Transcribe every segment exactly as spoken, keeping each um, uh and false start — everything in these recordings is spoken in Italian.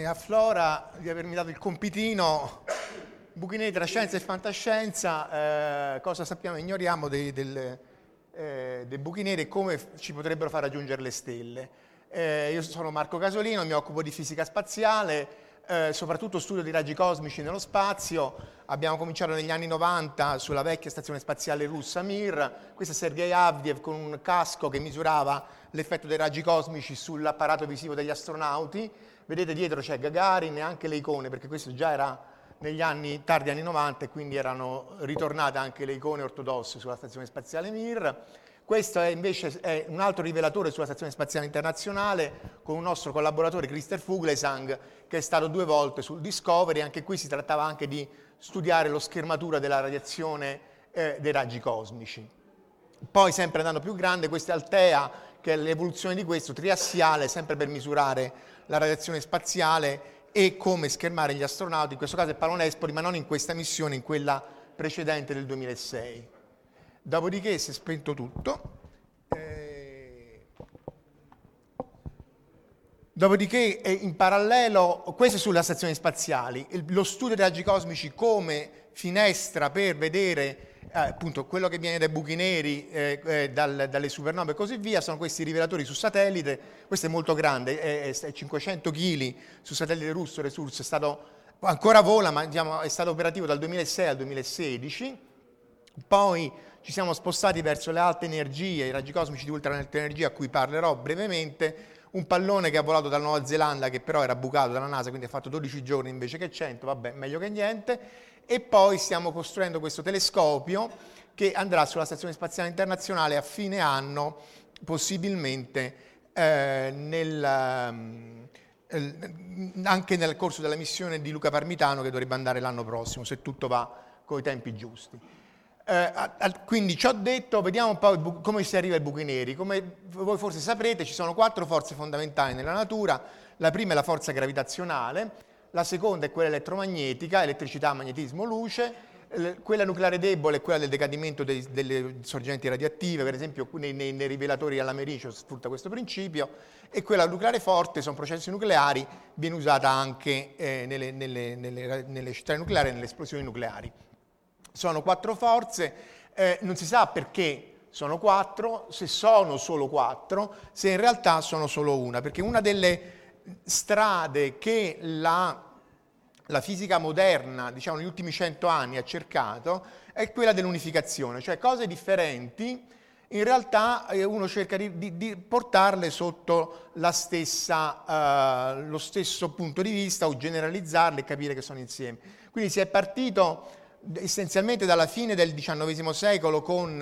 a Flora di avermi dato il compitino buchi neri tra scienza e fantascienza, eh, cosa sappiamo e ignoriamo dei, del, eh, dei buchi neri e come ci potrebbero far raggiungere le stelle. Eh, io sono Marco Casolino, mi occupo di fisica spaziale, eh, soprattutto studio di raggi cosmici nello spazio. Abbiamo cominciato negli anni novanta sulla vecchia stazione spaziale russa Mir. Questo è Sergei Avdiev con un casco che misurava l'effetto dei raggi cosmici sull'apparato visivo degli astronauti. Vedete dietro c'è Gagarin e anche le icone, perché questo già era negli anni tardi anni novanta e quindi erano ritornate anche le icone ortodosse sulla stazione spaziale Mir. Questo è invece è un altro rivelatore sulla Stazione Spaziale Internazionale con un nostro collaboratore, Christer Fuglesang, che è stato due volte sul Discovery. Anche qui si trattava anche di studiare lo schermatura della radiazione eh, dei raggi cosmici. Poi, sempre andando più grande, questa è Altea, che è l'evoluzione di questo, triassiale, sempre per misurare la radiazione spaziale e come schermare gli astronauti. In questo caso è Palonespori, ma non in questa missione, in quella precedente del duemilasei. Dopodiché si è spento tutto, eh, dopodiché eh, in parallelo, questo è sulle stazioni spaziali, il, lo studio dei raggi cosmici come finestra per vedere eh, appunto quello che viene dai buchi neri, eh, eh, dal, dalle supernove e così via, sono questi rivelatori su satellite. Questo è molto grande, è, è cinquecento chili su satellite russo, Resurse, è stato, ancora vola, ma diciamo, è stato operativo dal duemilasei al duemilasedici, poi ci siamo spostati verso le alte energie, i raggi cosmici di ultra alta energia, a cui parlerò brevemente. Un pallone che ha volato dalla Nuova Zelanda, che però era bucato dalla NASA, quindi ha fatto dodici giorni invece che cento, vabbè, meglio che niente. E poi stiamo costruendo questo telescopio che andrà sulla Stazione Spaziale Internazionale a fine anno, possibilmente eh, nel, eh, anche nel corso della missione di Luca Parmitano, che dovrebbe andare l'anno prossimo, se tutto va con i tempi giusti. Eh, quindi ci ho detto, vediamo un po' bu- come si arriva ai buchi neri. Come voi forse saprete, ci sono quattro forze fondamentali nella natura. La prima è la forza gravitazionale, la seconda è quella elettromagnetica, elettricità, magnetismo, luce, eh, quella nucleare debole è quella del decadimento dei, delle sorgenti radioattive, per esempio nei, nei, nei rivelatori all'americio sfrutta questo principio, e quella nucleare forte, sono processi nucleari, viene usata anche eh, nelle, nelle, nelle, nelle centrali nucleari e nelle esplosioni nucleari. Sono quattro forze, eh, non si sa perché sono quattro, se sono solo quattro, se in realtà sono solo una, perché una delle strade che la, la fisica moderna, diciamo negli ultimi cento anni, ha cercato è quella dell'unificazione, cioè cose differenti, in realtà eh, uno cerca di, di, di portarle sotto la stessa, eh, lo stesso punto di vista o generalizzarle e capire che sono insieme. Quindi si è partito essenzialmente dalla fine del diciannovesimo secolo con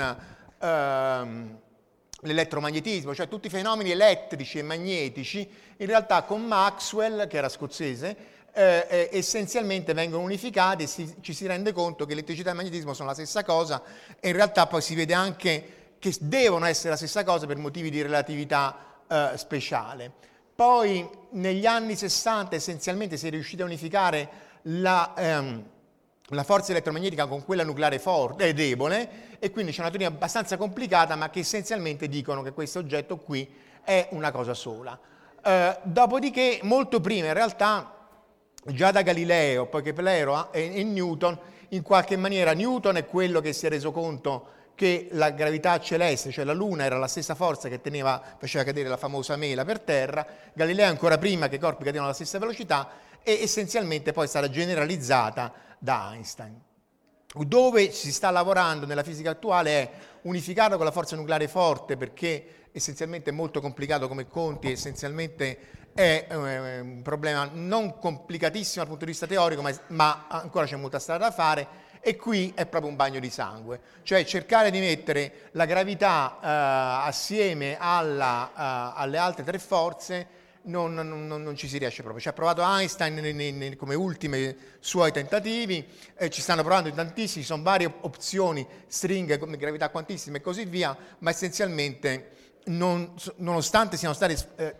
ehm, l'elettromagnetismo, cioè tutti i fenomeni elettrici e magnetici, in realtà con Maxwell, che era scozzese, eh, eh, essenzialmente vengono unificati e si, ci si rende conto che elettricità e magnetismo sono la stessa cosa, e in realtà poi si vede anche che devono essere la stessa cosa per motivi di relatività eh, speciale. Poi negli anni sessanta essenzialmente si è riusciti a unificare la... Ehm, la forza elettromagnetica con quella nucleare forte e debole, e quindi c'è una teoria abbastanza complicata, ma che essenzialmente dicono che questo oggetto qui è una cosa sola. Eh, dopodiché, molto prima, in realtà, già da Galileo, poi Keplero e, e Newton, in qualche maniera Newton è quello che si è reso conto che la gravità celeste, cioè la Luna, era la stessa forza che teneva, faceva cadere la famosa mela per terra. Galileo ancora prima che i corpi cadevano alla stessa velocità, e essenzialmente poi è stata generalizzata da Einstein. Dove si sta lavorando nella fisica attuale è unificarlo con la forza nucleare forte, perché essenzialmente è molto complicato come conti, essenzialmente è eh, un problema non complicatissimo dal punto di vista teorico, ma, ma ancora c'è molta strada da fare, e qui è proprio un bagno di sangue, cioè cercare di mettere la gravità eh, assieme alla, uh, alle altre tre forze. Non, non, non ci si riesce proprio. Ci ha provato Einstein nei, nei, come ultimi suoi tentativi, eh, ci stanno provando in tantissimi, ci sono varie opzioni, stringhe, come gravità quantissime e così via, ma essenzialmente, non, nonostante siano state eh,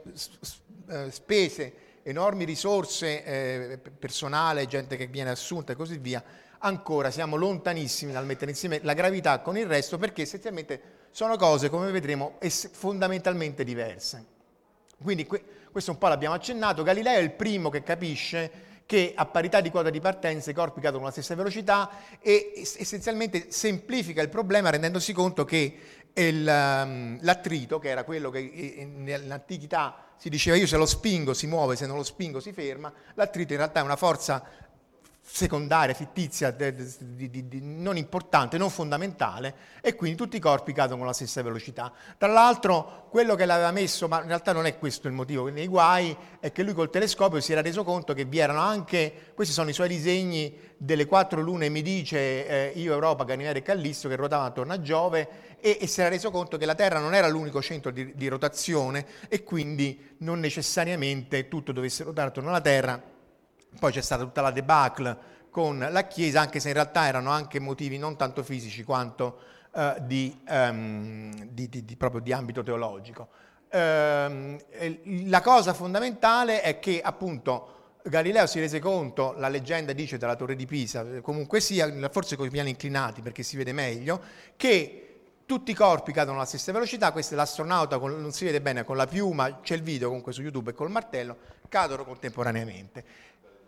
spese enormi risorse, eh, personale, gente che viene assunta e così via, ancora siamo lontanissimi dal mettere insieme la gravità con il resto, perché essenzialmente sono cose, come vedremo, fondamentalmente diverse. Quindi que- questo un po' l'abbiamo accennato, Galileo è il primo che capisce che a parità di quota di partenza i corpi cadono con la stessa velocità e essenzialmente semplifica il problema rendendosi conto che il, um, l'attrito, che era quello che nell'antichità si diceva io se lo spingo si muove, se non lo spingo si ferma, l'attrito in realtà è una forza secondaria, fittizia, di, di, di, non importante, non fondamentale, e quindi tutti i corpi cadono con la stessa velocità. Tra l'altro quello che l'aveva messo, ma in realtà non è questo il motivo nei guai, è che lui col telescopio si era reso conto che vi erano anche, questi sono i suoi disegni delle quattro lune Medice, eh, Io, Europa, Ganimede e Callisto, che ruotavano attorno a Giove, e, e si era reso conto che la Terra non era l'unico centro di, di rotazione e quindi non necessariamente tutto dovesse ruotare attorno alla Terra. Poi c'è stata tutta la debacle con la Chiesa, anche se in realtà erano anche motivi non tanto fisici quanto uh, di, um, di, di, di, proprio di ambito teologico. Uh, la cosa fondamentale è che appunto Galileo si rese conto, la leggenda dice della Torre di Pisa, comunque sia, forse con i piani inclinati perché si vede meglio, che tutti i corpi cadono alla stessa velocità, questo è l'astronauta, con, non si vede bene, con la piuma, c'è il video comunque su YouTube e col martello, cadono contemporaneamente.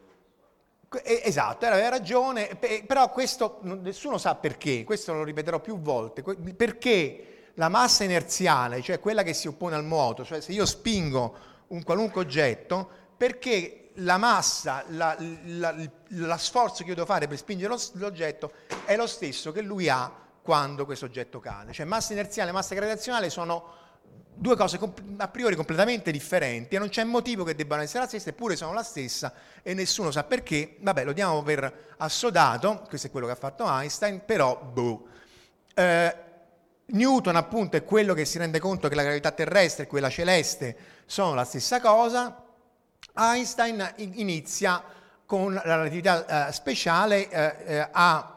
Esatto, aveva ragione, però questo nessuno sa perché, questo lo ripeterò più volte, perché la massa inerziale, cioè quella che si oppone al moto, cioè se io spingo un qualunque oggetto, perché la massa, la, la, la sforzo che io devo fare per spingere l'oggetto è lo stesso che lui ha quando questo oggetto cade, cioè massa inerziale e massa gravitazionale sono due cose a priori completamente differenti e non c'è motivo che debbano essere la stessa, eppure sono la stessa e nessuno sa perché. Vabbè, lo diamo per assodato, questo è quello che ha fatto Einstein, però boh. Eh, Newton appunto è quello che si rende conto che la gravità terrestre e quella celeste sono la stessa cosa. Einstein inizia con la relatività eh, speciale eh, eh, a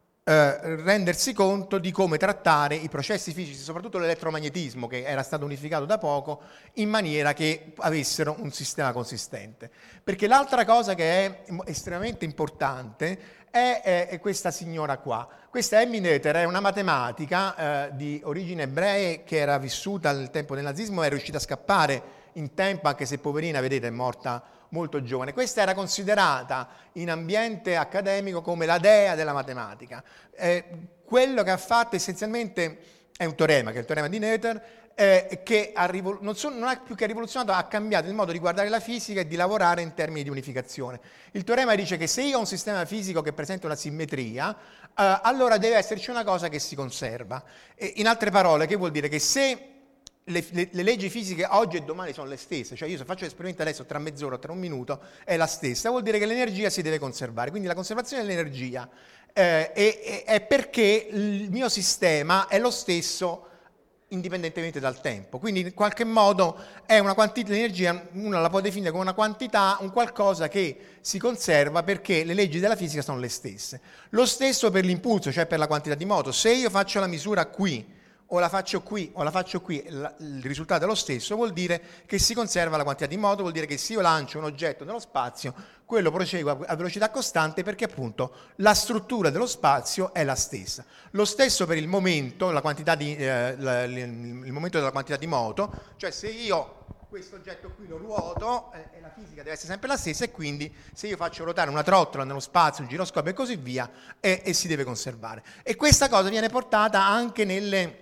Uh, rendersi conto di come trattare i processi fisici, soprattutto l'elettromagnetismo che era stato unificato da poco, in maniera che avessero un sistema consistente. Perché l'altra cosa che è estremamente importante è, è, è questa signora qua. Questa Emmy Noether è una matematica uh, di origine ebree che era vissuta nel tempo del nazismo e è riuscita a scappare in tempo, anche se poverina, vedete, è morta molto giovane. Questa era considerata in ambiente accademico come la dea della matematica. Eh, quello che ha fatto essenzialmente è un teorema, che è il teorema di Noether, eh, che ha rivol- non, so, non ha più che rivoluzionato, ha cambiato il modo di guardare la fisica e di lavorare in termini di unificazione. Il teorema dice che se io ho un sistema fisico che presenta una simmetria, eh, allora deve esserci una cosa che si conserva. E, in altre parole, che vuol dire che se Le, le, le leggi fisiche oggi e domani sono le stesse, cioè io se faccio l'esperimento adesso tra mezz'ora o tra un minuto è la stessa, vuol dire che l'energia si deve conservare, quindi la conservazione dell'energia eh, è, è, è perché il mio sistema è lo stesso indipendentemente dal tempo, quindi in qualche modo è una quantità di energia, uno la può definire come una quantità, un qualcosa che si conserva perché le leggi della fisica sono le stesse. Lo stesso per l'impulso, cioè per la quantità di moto, se io faccio la misura qui o la faccio qui o la faccio qui, il risultato è lo stesso, vuol dire che si conserva la quantità di moto, vuol dire che se io lancio un oggetto nello spazio, quello prosegue a velocità costante perché appunto la struttura dello spazio è la stessa. Lo stesso per il momento, la quantità di, eh, la, il momento della quantità di moto, cioè se io questo oggetto qui lo ruoto eh, e la fisica deve essere sempre la stessa e quindi se io faccio ruotare una trottola nello spazio, un giroscopio e così via, eh, e si deve conservare. E questa cosa viene portata anche nelle...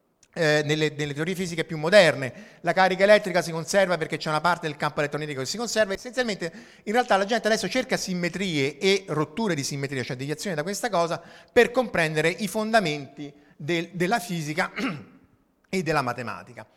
Eh, nelle, nelle teorie fisiche più moderne. La carica elettrica si conserva perché c'è una parte del campo elettromagnetico che si conserva. Essenzialmente, in realtà la gente adesso cerca simmetrie e rotture di simmetria, cioè deviazioni da questa cosa, per comprendere i fondamenti del, della fisica e della matematica.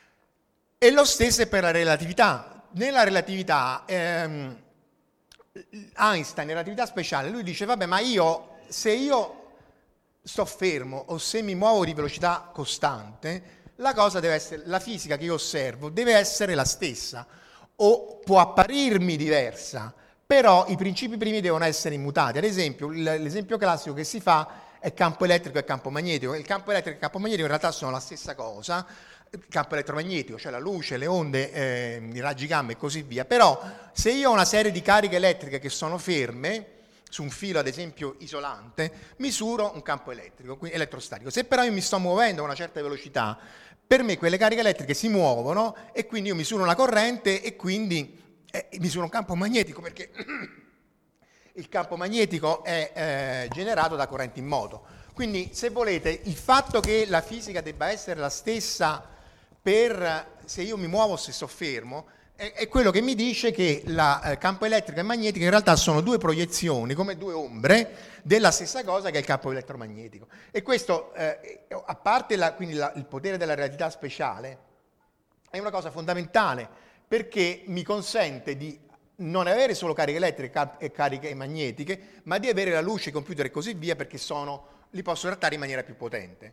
E lo stesso è per la relatività. Nella relatività, ehm, Einstein, in relatività speciale, lui dice, vabbè, ma io, se io sto fermo o se mi muovo di velocità costante, la cosa deve essere, la fisica che io osservo deve essere la stessa o può apparirmi diversa, però i principi primi devono essere immutati. Ad esempio, l'esempio classico che si fa è campo elettrico e campo magnetico. Il campo elettrico e il campo magnetico in realtà sono la stessa cosa, il campo elettromagnetico, cioè la luce, le onde, eh, i raggi gamma e così via, però se io ho una serie di cariche elettriche che sono ferme, su un filo ad esempio isolante, misuro un campo elettrico, elettrostatico. Se però io mi sto muovendo a una certa velocità, per me quelle cariche elettriche si muovono e quindi io misuro una corrente e quindi eh, misuro un campo magnetico, perché il campo magnetico è eh, generato da correnti in moto. Quindi, se volete, il fatto che la fisica debba essere la stessa per se io mi muovo o se sto fermo è, è quello che mi dice che il eh, campo elettrico e magnetico in realtà sono due proiezioni, come due ombre, della stessa cosa che è il campo elettromagnetico. E questo, eh, a parte la, quindi la, il potere della relatività speciale, è una cosa fondamentale, perché mi consente di non avere solo cariche elettriche e cariche magnetiche, ma di avere la luce, i computer e così via, perché sono, li posso trattare in maniera più potente.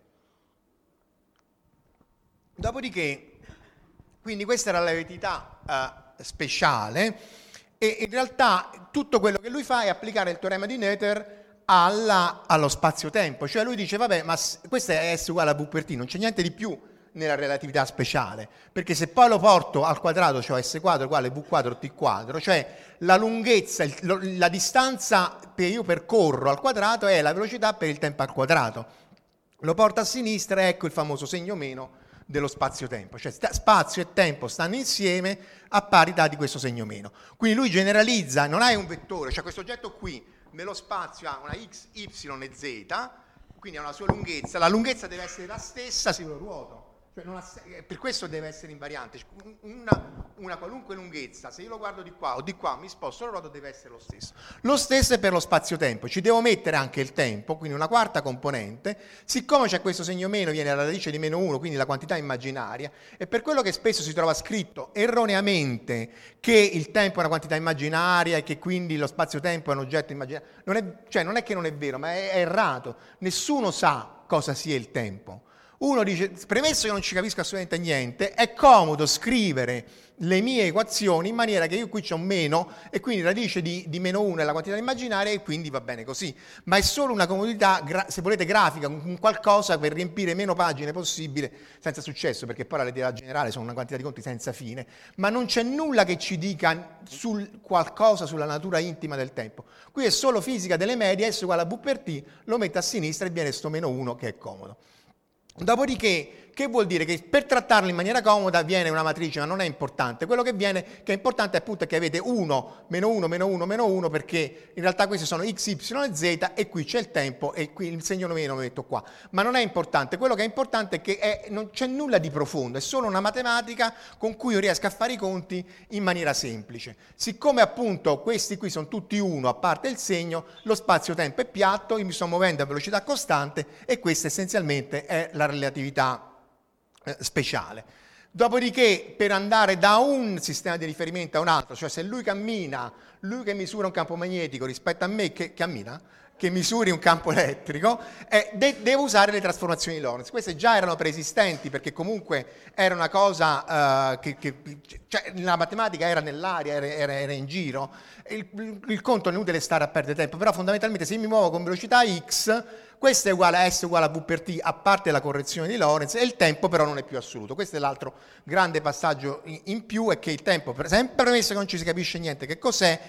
Dopodiché, quindi questa era la relatività uh, speciale, e in realtà tutto quello che lui fa è applicare il teorema di Noether alla, allo spazio-tempo, cioè lui dice, vabbè, ma questa è S uguale a V per T, non c'è niente di più nella relatività speciale, perché se poi lo porto al quadrato, cioè S quadro uguale V quadro T quadro, cioè la lunghezza, il, la distanza che io percorro al quadrato è la velocità per il tempo al quadrato. Lo porto a sinistra e ecco il famoso segno meno dello spazio-tempo, cioè spazio e tempo stanno insieme a parità di questo segno meno. Quindi lui generalizza, non hai un vettore, cioè questo oggetto qui, nello spazio ha una x, y e z, quindi ha una sua lunghezza, la lunghezza deve essere la stessa se io lo ruoto. Cioè non ha, per questo deve essere invariante, una, una qualunque lunghezza, se io lo guardo di qua o di qua, mi sposto, lo roto, deve essere lo stesso. Lo stesso è per lo spazio-tempo, ci devo mettere anche il tempo, quindi una quarta componente, siccome c'è questo segno meno, viene alla radice di meno uno, quindi la quantità immaginaria, e per quello che spesso si trova scritto erroneamente che il tempo è una quantità immaginaria e che quindi lo spazio-tempo è un oggetto immaginario, non è, cioè non è che non è vero, ma è, è errato, nessuno sa cosa sia il tempo. Uno dice, premesso che non ci capisco assolutamente niente, è comodo scrivere le mie equazioni in maniera che io qui c'ho un meno e quindi radice di, di meno uno è la quantità immaginaria e quindi va bene così. Ma è solo una comodità, gra- se volete, grafica, un qualcosa per riempire meno pagine possibile senza successo, perché poi la relatività generale sono una quantità di conti senza fine. Ma non c'è nulla che ci dica sul qualcosa sulla natura intima del tempo. Qui è solo fisica delle medie, S uguale a V per T, lo metto a sinistra e viene sto meno uno che è comodo. Dopodiché, che vuol dire? Che per trattarlo in maniera comoda viene una matrice, ma non è importante. Quello che viene, che è importante appunto è che avete uno, meno uno, meno uno, meno uno, perché in realtà questi sono x, y e z e qui c'è il tempo e qui il segno meno lo metto qua. Ma non è importante, quello che è importante è che è, non c'è nulla di profondo, è solo una matematica con cui io riesco a fare i conti in maniera semplice. Siccome appunto questi qui sono tutti uno, a parte il segno, lo spazio-tempo è piatto, io mi sto muovendo a velocità costante e questa essenzialmente è la relatività speciale. Dopodiché, per andare da un sistema di riferimento a un altro, cioè se lui cammina, lui che misura un campo magnetico rispetto a me che cammina, che misuri un campo elettrico, eh, de- devo usare le trasformazioni di Lorentz. Queste già erano preesistenti perché comunque era una cosa uh, che, che cioè, la matematica era nell'aria, era, era, era in giro. Il, il, il conto è inutile stare a perdere tempo, però fondamentalmente se mi muovo con velocità x, questo è uguale a S uguale a V per T, a parte la correzione di Lorentz, e il tempo però non è più assoluto. Questo è l'altro grande passaggio in, in più, è che il tempo, sempre premesso che non ci si capisce niente che cos'è,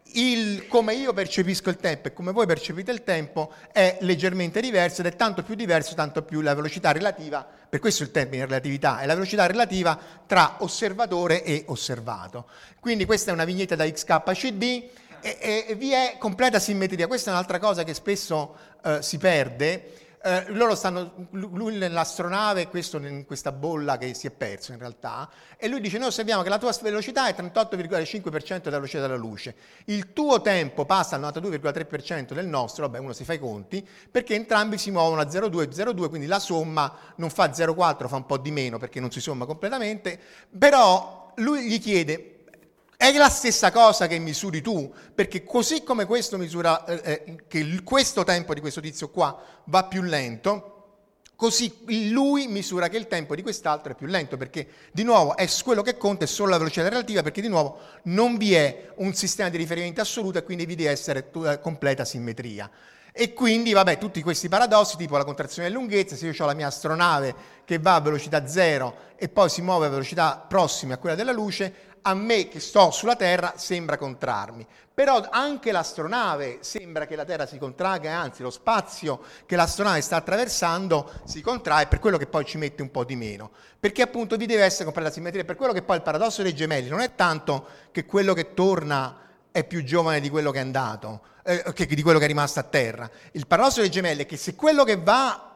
il, come io percepisco il tempo e come voi percepite il tempo è leggermente diverso, ed è tanto più diverso tanto più la velocità relativa, per questo il termine relatività, è la velocità relativa tra osservatore e osservato. Quindi questa è una vignetta da X K C D e, e vi è completa simmetria. Questa è un'altra cosa che spesso eh, si perde. Eh, loro stanno, lui nell'astronave e questo in questa bolla che si è perso in realtà, e lui dice: noi osserviamo che la tua velocità è trentotto virgola cinque per cento della velocità della luce, il tuo tempo passa al novantadue virgola tre per cento del nostro, vabbè, uno si fa i conti, perché entrambi si muovono a zero virgola due e zero virgola due, quindi la somma non fa zero virgola quattro, fa un po' di meno perché non si somma completamente, però lui gli chiede: è la stessa cosa che misuri tu? Perché così come questo misura eh, che il, questo tempo di questo tizio qua va più lento, così lui misura che il tempo di quest'altro è più lento, perché di nuovo è quello che conta è solo la velocità relativa, perché di nuovo non vi è un sistema di riferimento assoluto e quindi vi deve essere eh, completa simmetria. E quindi, vabbè, tutti questi paradossi, tipo la contrazione delle lunghezze, se io ho la mia astronave che va a velocità zero e poi si muove a velocità prossime a quella della luce, a me che sto sulla Terra sembra contrarmi. Però anche l'astronave sembra che la Terra si contragga, anzi lo spazio che l'astronave sta attraversando si contrae, per quello che poi ci mette un po' di meno. Perché appunto vi deve essere compresa la simmetria, per quello che poi il paradosso dei gemelli non è tanto che quello che torna è più giovane di quello che è andato, eh, che, di quello che è rimasto a terra. Il paradosso dei gemelli è che se quello che va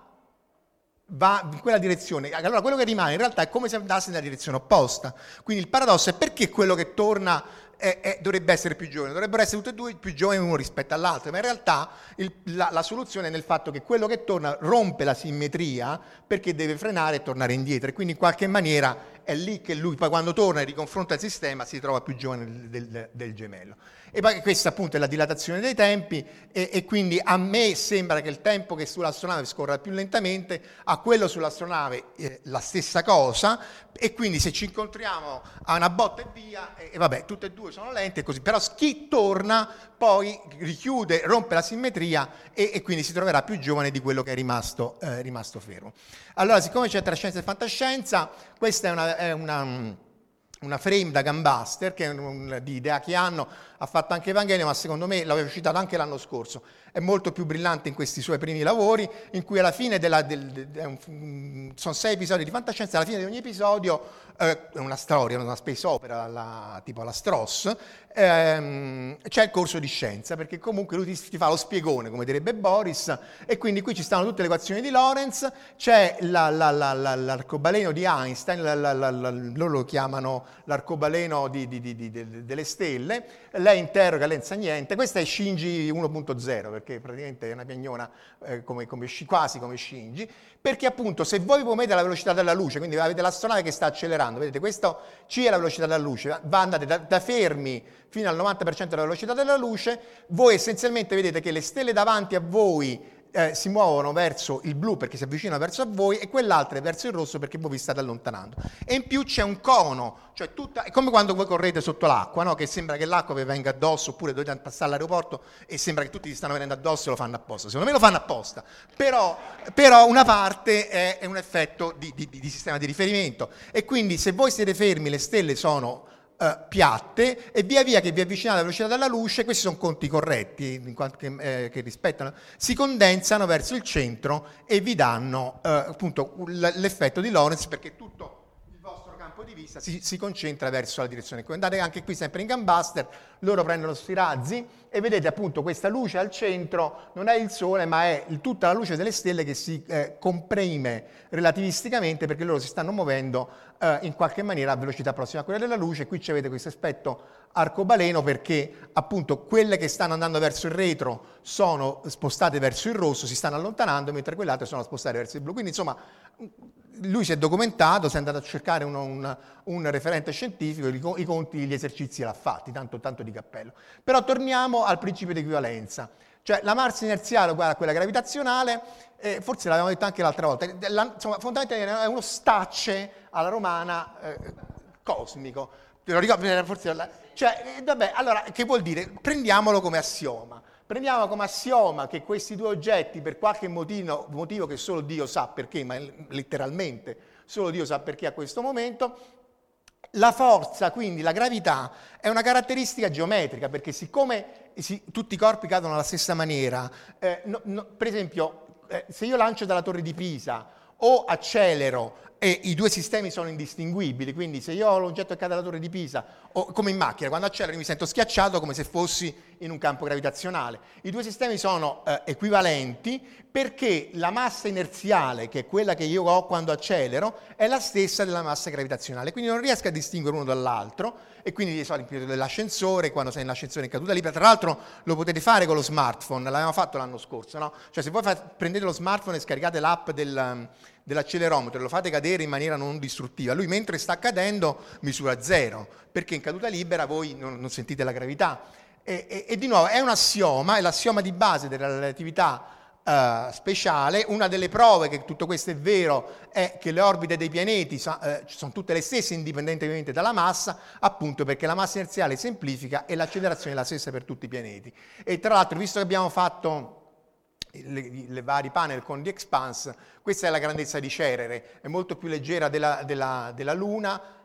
va in quella direzione, allora quello che rimane in realtà è come se andasse nella direzione opposta. Quindi il paradosso è perché quello che torna è, è, dovrebbe essere più giovane, dovrebbero essere tutti e due più giovani uno rispetto all'altro, ma in realtà il, la, la soluzione è nel fatto che quello che torna rompe la simmetria perché deve frenare e tornare indietro, e quindi in qualche maniera è lì che lui poi quando torna e riconfronta il sistema si trova più giovane del, del, del gemello. E poi questa appunto è la dilatazione dei tempi, e, e quindi a me sembra che il tempo che sull'astronave scorra più lentamente, a quello sull'astronave eh, la stessa cosa, e quindi se ci incontriamo a una botta e via, e, e vabbè, tutte e due sono lente e così, però chi torna poi richiude, rompe la simmetria e, e quindi si troverà più giovane di quello che è rimasto, eh, rimasto fermo. Allora, siccome c'è tra scienza e fantascienza, questa è una... È una una frame da Gambaster, che è un, di Idea che hanno, ha fatto anche Evangelio, ma secondo me l'avevo citato anche l'anno scorso, è molto più brillante in questi suoi primi lavori, in cui alla fine della, del, de, de, un, sono sei episodi di fantascienza, alla fine di ogni episodio eh, è una storia, una space opera, la, tipo la Strauss, ehm, c'è il corso di scienza, perché comunque lui ti, ti fa lo spiegone, come direbbe Boris, e quindi qui ci stanno tutte le equazioni di Lorentz, c'è la, la, la, la, l'arcobaleno di Einstein, la, la, la, la, loro lo chiamano l'arcobaleno di, di, di, di, di, delle stelle, lei interroga, lei sa niente, questa è Shinji uno punto zero, perché praticamente è una piagnona eh, come, come, quasi come Shinji, perché appunto se voi vi muovete alla velocità della luce, quindi avete l'astronave che sta accelerando, vedete questo C è la velocità della luce, va andate da, da fermi fino al novanta per cento della velocità della luce, voi essenzialmente vedete che le stelle davanti a voi Eh, si muovono verso il blu perché si avvicinano verso a voi e quell'altra è verso il rosso perché voi vi state allontanando. E in più c'è un cono, cioè tutta, è come quando voi correte sotto l'acqua, no? Che sembra che l'acqua vi venga addosso, oppure dovete passare all'aeroporto e sembra che tutti vi stanno venendo addosso e lo fanno apposta. Secondo me lo fanno apposta, però, però una parte è, è un effetto di, di, di sistema di riferimento, e quindi se voi siete fermi le stelle sono Uh, piatte, e via via che vi avvicinate alla velocità della luce, questi sono conti corretti in quanto che, eh, che rispettano, si condensano verso il centro e vi danno uh, appunto l'effetto di Lorentz, perché tutto il vostro campo di vista si, si concentra verso la direzione. Andate anche qui sempre in Gambaster, loro prendono sti razzi e vedete appunto questa luce al centro non è il Sole, ma è il, tutta la luce delle stelle che si eh, comprime relativisticamente, perché loro si stanno muovendo eh, in qualche maniera a velocità prossima a quella della luce. Qui avete questo effetto arcobaleno perché appunto quelle che stanno andando verso il retro sono spostate verso il rosso, si stanno allontanando, mentre quelle altre sono spostate verso il blu. Quindi insomma lui si è documentato, si è andato a cercare un, un, un referente scientifico, i, i conti, gli esercizi l'ha fatti, tanto, tanto di cappello. Però torniamo al principio di equivalenza. Cioè la massa inerziale uguale a quella gravitazionale, eh, forse l'avevamo detto anche l'altra volta, la, insomma, fondamentalmente è uno stacce alla romana eh, cosmico. Te lo ricordo, forse, cioè, eh, vabbè, allora, che vuol dire? Prendiamolo come assioma. Prendiamo come assioma che questi due oggetti, per qualche motivo, motivo che solo Dio sa perché, ma letteralmente solo Dio sa perché a questo momento, la forza, quindi la gravità, è una caratteristica geometrica, perché siccome si, tutti i corpi cadono alla stessa maniera, eh, no, no, per esempio, eh, se io lancio dalla torre di Pisa o accelero e i due sistemi sono indistinguibili, quindi se io ho l'oggetto che cade dalla torre di Pisa, o come in macchina, quando accelero mi sento schiacciato come se fossi in un campo gravitazionale. I due sistemi sono eh, equivalenti perché la massa inerziale, che è quella che io ho quando accelero, è la stessa della massa gravitazionale, quindi non riesco a distinguere uno dall'altro, e quindi ad esempio dell'ascensore, quando sei in ascensore in caduta libera. Tra l'altro lo potete fare con lo smartphone, l'avevamo fatto l'anno scorso, no? Cioè se voi fate, prendete lo smartphone e scaricate l'app del, dell'accelerometro e lo fate cadere in maniera non distruttiva, lui mentre sta cadendo misura zero, perché in caduta libera voi non, non sentite la gravità. E, e, e di nuovo è un assioma, è l'assioma di base della relatività Uh, speciale. Una delle prove che tutto questo è vero è che le orbite dei pianeti so, uh, sono tutte le stesse indipendentemente dalla massa, appunto perché la massa inerziale semplifica e l'accelerazione è la stessa per tutti i pianeti. E tra l'altro, visto che abbiamo fatto le, le vari panel con The Expanse, questa è la grandezza di Cerere, è molto più leggera della, della, della Luna,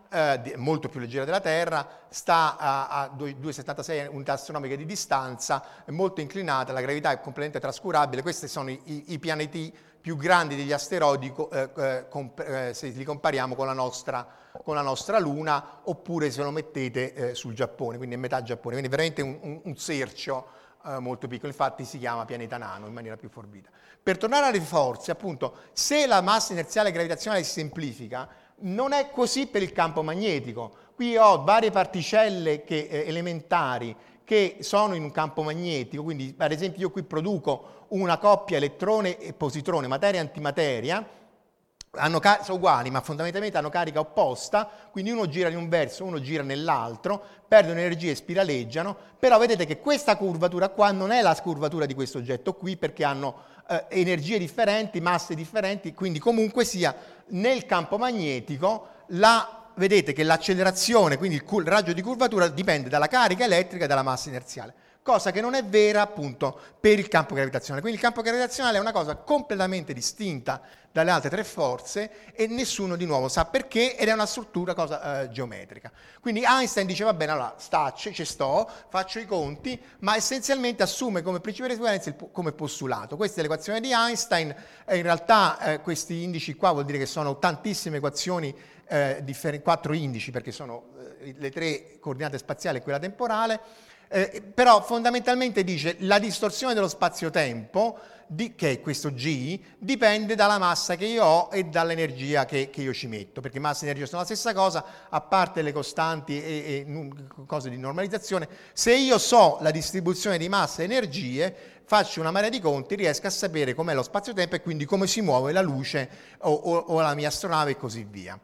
eh, molto più leggera della Terra, sta a, a due virgola settantasei unità astronomiche di distanza, è molto inclinata, la gravità è completamente trascurabile. Questi sono i, i, i pianeti più grandi degli asteroidi eh, eh, comp- eh, se li compariamo con la nostra, con la nostra Luna, oppure se lo mettete eh, sul Giappone, quindi è metà Giappone, quindi veramente un, un, un cercio eh, molto piccolo, infatti si chiama pianeta nano in maniera più forbita. Per tornare alle forze, appunto, se la massa inerziale gravitazionale si semplifica, non è così per il campo magnetico. Qui ho varie particelle che, eh, elementari che sono in un campo magnetico, quindi ad esempio io qui produco una coppia elettrone e positrone, materia e antimateria, hanno car- sono uguali ma fondamentalmente hanno carica opposta, quindi uno gira in un verso, uno gira nell'altro, perdono energia e spiraleggiano, però vedete che questa curvatura qua non è la curvatura di questo oggetto qui, perché hanno eh, energie differenti, masse differenti, quindi comunque sia nel campo magnetico la, vedete che l'accelerazione, quindi il, cu- il raggio di curvatura dipende dalla carica elettrica e dalla massa inerziale, cosa che non è vera appunto per il campo gravitazionale. Quindi il campo gravitazionale è una cosa completamente distinta dalle altre tre forze e nessuno di nuovo sa perché, ed è una struttura cosa eh, geometrica. Quindi Einstein dice va bene, allora stacci, ci sto, faccio i conti, ma essenzialmente assume come principio di equivalenza il, come postulato. Questa è l'equazione di Einstein, e in realtà eh, questi indici qua vuol dire che sono tantissime equazioni, eh, differ- quattro indici, perché sono eh, le tre coordinate spaziali e quella temporale. Eh, però fondamentalmente dice la distorsione dello spazio-tempo, di, che è questo G, dipende dalla massa che io ho e dall'energia che, che io ci metto, perché massa e energia sono la stessa cosa, a parte le costanti e, e cose di normalizzazione. Se io so la distribuzione di massa e energie, faccio una marea di conti, riesco a sapere com'è lo spazio-tempo e quindi come si muove la luce o, o, o la mia astronave e così via.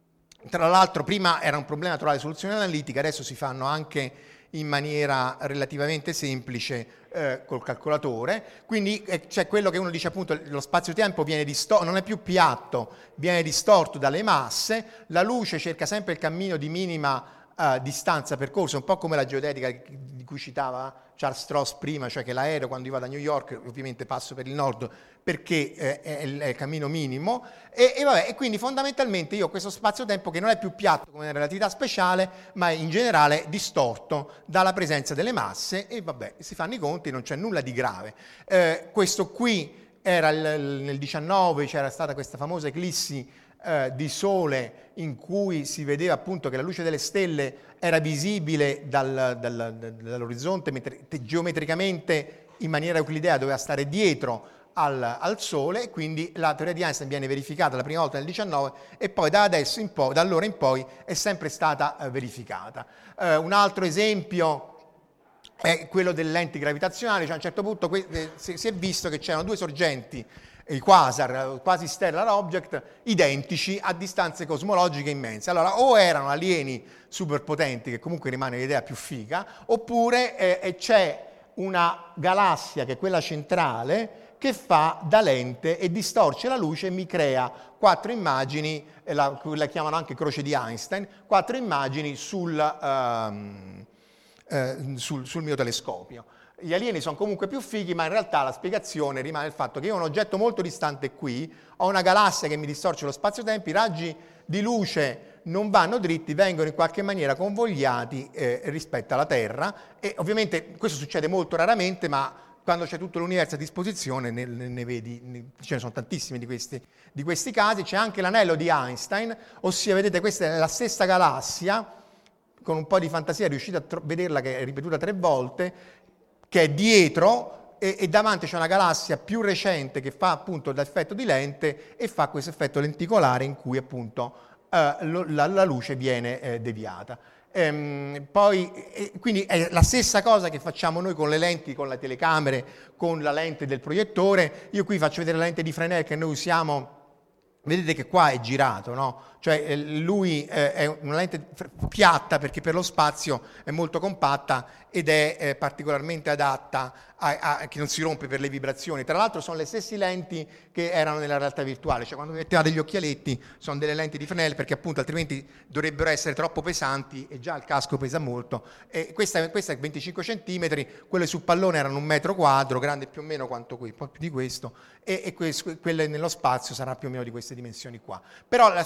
Tra l'altro prima era un problema trovare soluzioni analitiche, adesso si fanno anche in maniera relativamente semplice eh, col calcolatore, quindi eh, c'è quello che uno dice appunto lo spazio-tempo viene distorto, non è più piatto, viene distorto dalle masse, la luce cerca sempre il cammino di minima eh, distanza percorsa, un po' come la geodetica di cui citava Charles Stross prima, cioè che l'aereo quando io vado a New York ovviamente passo per il nord perché eh, è, il, è il cammino minimo e, e, vabbè, e quindi fondamentalmente io ho questo spazio-tempo che non è più piatto come nella relatività speciale, ma è in generale distorto dalla presenza delle masse e vabbè, si fanno i conti, non c'è nulla di grave. Eh, questo qui era il, nel diciannove, c'era stata questa famosa eclissi eh, di sole in cui si vedeva appunto che la luce delle stelle era visibile dal, dal, dall'orizzonte metri- geometricamente in maniera euclidea, doveva stare dietro Al, al Sole, quindi la teoria di Einstein viene verificata la prima volta nel diciannove e poi da adesso in poi, da allora in poi è sempre stata eh, verificata. Eh, un altro esempio è quello delle lenti gravitazionali, cioè a un certo punto que- eh, si, si è visto che c'erano due sorgenti, i quasar, quasi stellar object, identici a distanze cosmologiche immense. Allora o erano alieni superpotenti, che comunque rimane l'idea più figa, oppure eh, c'è una galassia che è quella centrale che fa da lente e distorce la luce e mi crea quattro immagini, la, la chiamano anche croce di Einstein, quattro immagini sul, um, eh, sul, sul mio telescopio. Gli alieni sono comunque più fighi, ma in realtà la spiegazione rimane il fatto che io ho un oggetto molto distante qui, ho una galassia che mi distorce lo spazio-tempo, i raggi di luce non vanno dritti, vengono in qualche maniera convogliati eh, rispetto alla Terra e ovviamente questo succede molto raramente, ma quando c'è tutto l'universo a disposizione ne, ne vedi, ne, ce ne sono tantissimi di questi, di questi casi. C'è anche l'anello di Einstein, ossia vedete questa è la stessa galassia, con un po' di fantasia riuscite a tro- vederla che è ripetuta tre volte, che è dietro e, e davanti c'è una galassia più recente che fa appunto l'effetto di lente e fa questo effetto lenticolare in cui appunto eh, lo, la, la luce viene eh, deviata. Ehm, poi, eh, quindi è la stessa cosa che facciamo noi con le lenti, con le telecamere, con la lente del proiettore. Io qui faccio vedere la lente di Fresnel che noi usiamo, vedete che qua è girato, no? Cioè eh, lui eh, è una lente piatta perché per lo spazio è molto compatta ed è eh, particolarmente adatta a, a, che non si rompe per le vibrazioni. Tra l'altro sono le stesse lenti che erano nella realtà virtuale, cioè quando mettevate gli occhialetti sono delle lenti di Fresnel perché appunto altrimenti dovrebbero essere troppo pesanti e già il casco pesa molto. E questa, questa è venticinque centimetri, quelle sul pallone erano un metro quadro, grande più o meno quanto qui, un po' più di questo, e, e que- quelle nello spazio sarà più o meno di queste dimensioni qua. Però fondamentalmente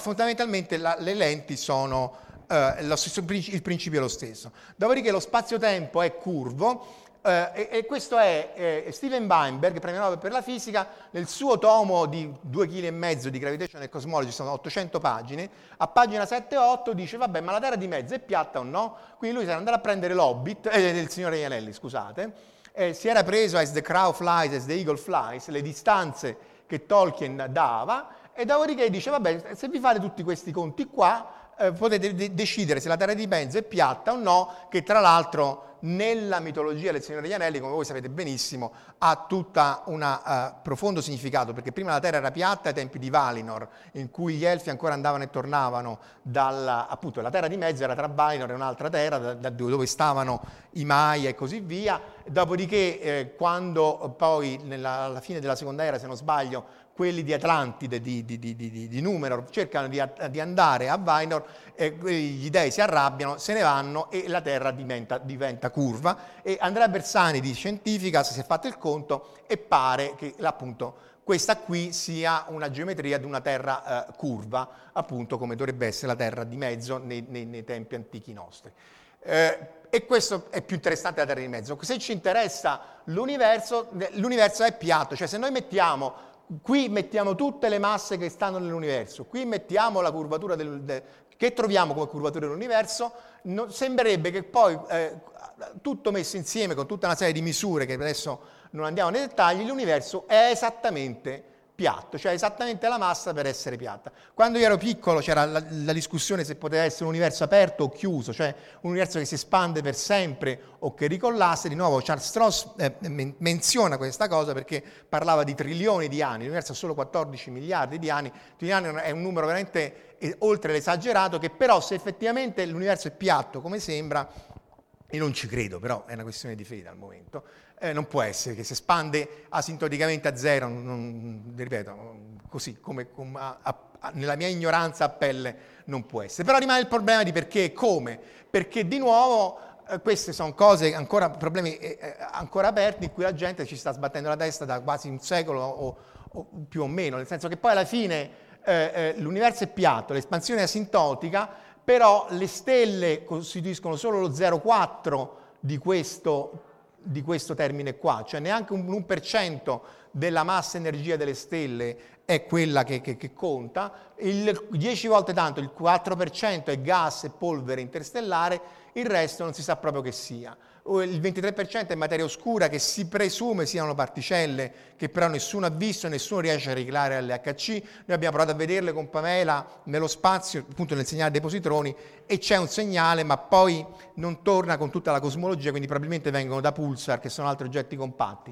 fondamentalmente la, le lenti sono, eh, lo stesso, il principio è lo stesso. Dopodiché lo spazio-tempo è curvo, eh, e, e questo è eh, Steven Weinberg, premio Nobel per la fisica, nel suo tomo di due chili e mezzo di Gravitational Cosmology, sono ottocento pagine, a pagina sette otto dice, vabbè, ma la Terra di mezzo è piatta o no? Quindi lui si era andato a prendere l'Hobbit, eh, il Signore degli Anelli, scusate, eh, si era preso As the Crow Flies, As the Eagle Flies, le distanze che Tolkien dava, e dopodiché dice, vabbè, se vi fate tutti questi conti qua, eh, potete de- decidere se la Terra di mezzo è piatta o no, che tra l'altro nella mitologia del Signore degli Anelli, come voi sapete benissimo, ha tutta un uh, profondo significato, perché prima la Terra era piatta ai tempi di Valinor, in cui gli Elfi ancora andavano e tornavano dalla, appunto, la Terra di mezzo era tra Valinor e un'altra terra, da, da dove stavano i Maya e così via. Dopodiché, eh, quando poi nella, alla fine della seconda era, se non sbaglio, quelli di Atlantide, di, di, di, di, di Numenor, cercano di, di andare a Valinor, eh, gli dei si arrabbiano, se ne vanno e la Terra diventa, diventa curva. E Andrea Bersani di Scientificas si è fatto il conto e pare che appunto questa qui sia una geometria di una Terra eh, curva, appunto come dovrebbe essere la Terra di mezzo nei, nei, nei tempi antichi nostri. Eh, e questo è più interessante della Terra di mezzo. Se ci interessa l'universo, l'universo è piatto, cioè se noi mettiamo qui mettiamo tutte le masse che stanno nell'universo, qui mettiamo la curvatura del, de, che troviamo come curvatura dell'universo, non, sembrerebbe che poi eh, tutto messo insieme con tutta una serie di misure che adesso non andiamo nei dettagli, l'universo è esattamente piatto, cioè esattamente la massa per essere piatta. Quando io ero piccolo c'era la, la discussione se poteva essere un universo aperto o chiuso, cioè un universo che si espande per sempre o che ricollasse. Di nuovo Charles Strauss eh, men- menziona questa cosa perché parlava di trilioni di anni, l'universo ha solo quattordici miliardi di anni, di anni è un numero veramente eh, oltre l'esagerato, che però se effettivamente l'universo è piatto come sembra, io non ci credo, però è una questione di fede al momento, eh, non può essere che si espande asintoticamente a zero, non, non, ripeto, così come, come a, a, nella mia ignoranza a pelle non può essere. Però rimane il problema di perché e come, perché di nuovo eh, queste sono cose, ancora problemi eh, ancora aperti in cui la gente ci sta sbattendo la testa da quasi un secolo o, o più o meno, nel senso che poi alla fine eh, eh, l'universo è piatto, l'espansione è asintotica, però le stelle costituiscono solo lo zero virgola quattro di questo, di questo termine qua, cioè neanche un uno per cento della massa energia delle stelle è quella che, che, che conta, il dieci volte tanto, il quattro per cento è gas e polvere interstellare, il resto non si sa proprio che sia. Il ventitré per cento è materia oscura che si presume siano particelle che però nessuno ha visto e nessuno riesce a riciclare all'H C. Noi abbiamo provato a vederle con Pamela nello spazio, appunto nel segnale dei positroni, e c'è un segnale ma poi non torna con tutta la cosmologia, quindi probabilmente vengono da pulsar, che sono altri oggetti compatti.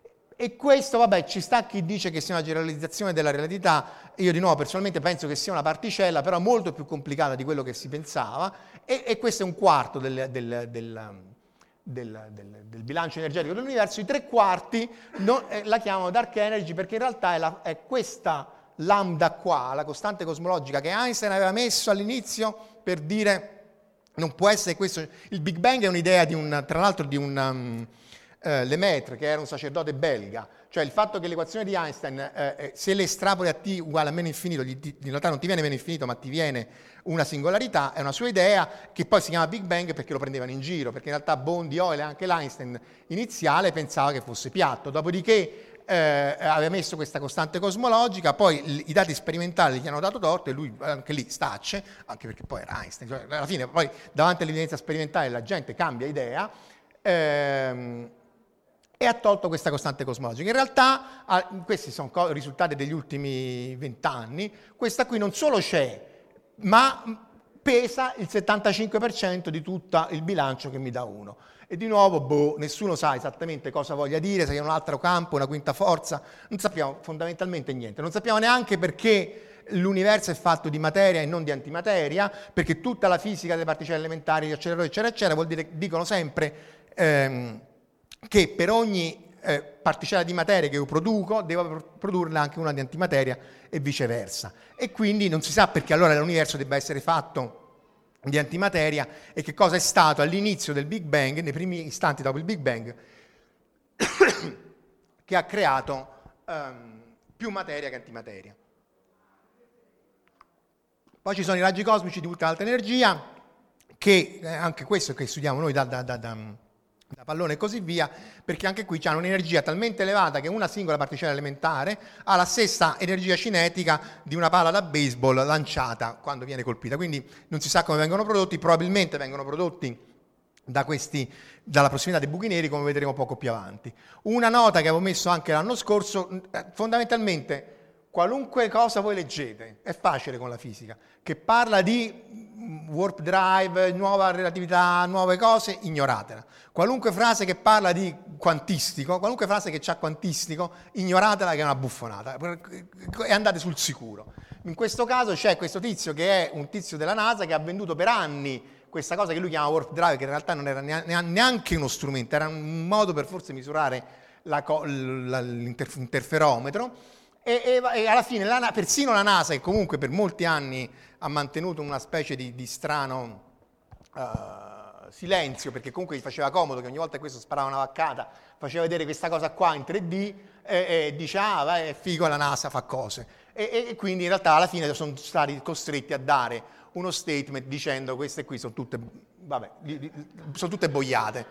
E questo, vabbè, ci sta chi dice che sia una generalizzazione della relatività. Io di nuovo personalmente penso che sia una particella, però molto più complicata di quello che si pensava, e, e questo è un quarto del, del, del, del, del, del bilancio energetico dell'universo. I tre quarti non, eh, la chiamano dark energy perché in realtà è, la, è questa lambda qua, la costante cosmologica che Einstein aveva messo all'inizio per dire non può essere questo. Il Big Bang è un'idea di un, tra l'altro di un... Um, Uh, Lemaitre, che era un sacerdote belga, cioè il fatto che l'equazione di Einstein, eh, eh, se le estrapoli a t uguale a meno infinito, gli, in realtà non ti viene meno infinito, ma ti viene una singolarità, è una sua idea, che poi si chiama Big Bang perché lo prendevano in giro, perché in realtà Bondi, Euler e anche l'Einstein iniziale pensava che fosse piatto, dopodiché eh, aveva messo questa costante cosmologica, poi l- i dati sperimentali gli hanno dato torto e lui anche lì stacce, anche perché poi era Einstein, cioè, alla fine poi davanti all'evidenza sperimentale la gente cambia idea, ehm, e ha tolto questa costante cosmologica. In realtà, questi sono risultati degli ultimi vent'anni, questa qui non solo c'è, ma pesa il settantacinque per cento di tutto il bilancio che mi dà uno. E di nuovo, boh, nessuno sa esattamente cosa voglia dire, se è un altro campo, una quinta forza, non sappiamo fondamentalmente niente. Non sappiamo neanche perché l'universo è fatto di materia e non di antimateria, perché tutta la fisica delle particelle elementari, gli acceleratori, eccetera, eccetera, vuol dire, dicono sempre... Ehm, che per ogni eh, particella di materia che io produco devo produrne anche una di antimateria e viceversa. E quindi non si sa perché allora l'universo debba essere fatto di antimateria e che cosa è stato all'inizio del Big Bang, nei primi istanti dopo il Big Bang, che ha creato um, più materia che antimateria. Poi ci sono i raggi cosmici di ultra alta energia, che eh, anche questo che studiamo noi da, da, da, da, da pallone e così via, perché anche qui c'è un'energia talmente elevata che una singola particella elementare ha la stessa energia cinetica di una palla da baseball lanciata quando viene colpita. Quindi non si sa come vengono prodotti, probabilmente vengono prodotti da questi, dalla prossimità dei buchi neri, come vedremo poco più avanti. Una nota che avevo messo anche l'anno scorso, fondamentalmente qualunque cosa voi leggete, è facile con la fisica, che parla di warp drive, nuova relatività, nuove cose, ignoratela. Qualunque frase che parla di quantistico, qualunque frase che c'ha quantistico, ignoratela, che è una buffonata, e andate sul sicuro. In questo caso c'è questo tizio che è un tizio della NASA che ha venduto per anni questa cosa che lui chiama warp drive, che in realtà non era neanche uno strumento, era un modo per forse misurare la, la, l'interferometro. E, e, e alla fine la, persino la NASA, che comunque per molti anni ha mantenuto una specie di, di strano uh, silenzio, perché comunque gli faceva comodo che ogni volta che questo sparava una vaccata faceva vedere questa cosa qua in tre D e, e dice ah vai, è figo, la NASA fa cose e, e quindi in realtà alla fine sono stati costretti a dare uno statement dicendo queste qui sono tutte, vabbè, sono tutte boiate.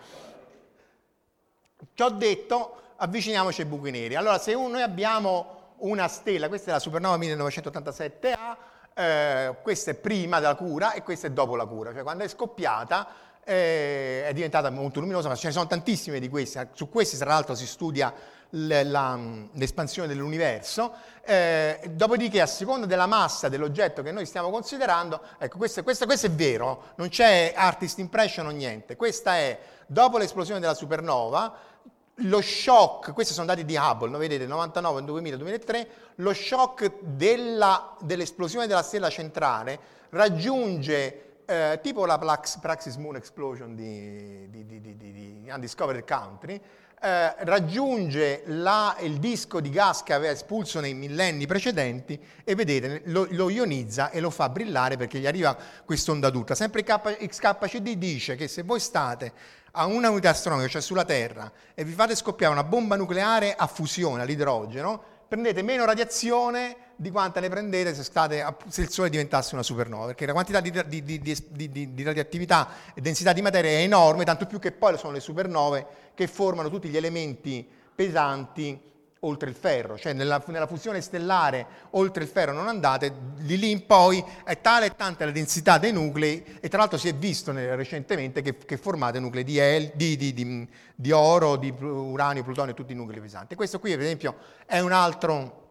Ci ho detto, avviciniamoci ai buchi neri. Allora, se noi abbiamo una stella, questa è la supernova millenovecentottantasette A, eh, questa è prima della cura e questa è dopo la cura, cioè quando è scoppiata eh, è diventata molto luminosa, ma ce ne sono tantissime di queste, su queste tra l'altro si studia le, la, l'espansione dell'universo, eh, dopodiché a seconda della massa dell'oggetto che noi stiamo considerando, ecco questo, questo, questo è vero, non c'è artist impression o niente, questa è dopo l'esplosione della supernova. Lo shock, questi sono dati di Hubble, no? Vedete, novantanove, duemila, duemilatré, lo shock della, dell'esplosione della stella centrale raggiunge, eh, tipo la Prax, Praxis Moon Explosion di, di, di, di, di Undiscovered Country, eh, raggiunge la, il disco di gas che aveva espulso nei millenni precedenti e vedete, lo, lo ionizza e lo fa brillare perché gli arriva quest'onda d'ultra. Sempre X K C D dice che se voi state a una unità astronomica, cioè sulla Terra, e vi fate scoppiare una bomba nucleare a fusione, all'idrogeno, prendete meno radiazione di quanta ne prendete se, state a, se il Sole diventasse una supernova, perché la quantità di, di, di, di, di, di radioattività e densità di materia è enorme, tanto più che poi sono le supernove che formano tutti gli elementi pesanti oltre il ferro, cioè nella, nella fusione stellare oltre il ferro non andate, di lì in poi è tale e tanta la densità dei nuclei, e tra l'altro si è visto nel, recentemente che, che formate nuclei di, el, di, di, di, di oro, di uranio, plutonio e tutti i nuclei pesanti. E questo qui per esempio è un altro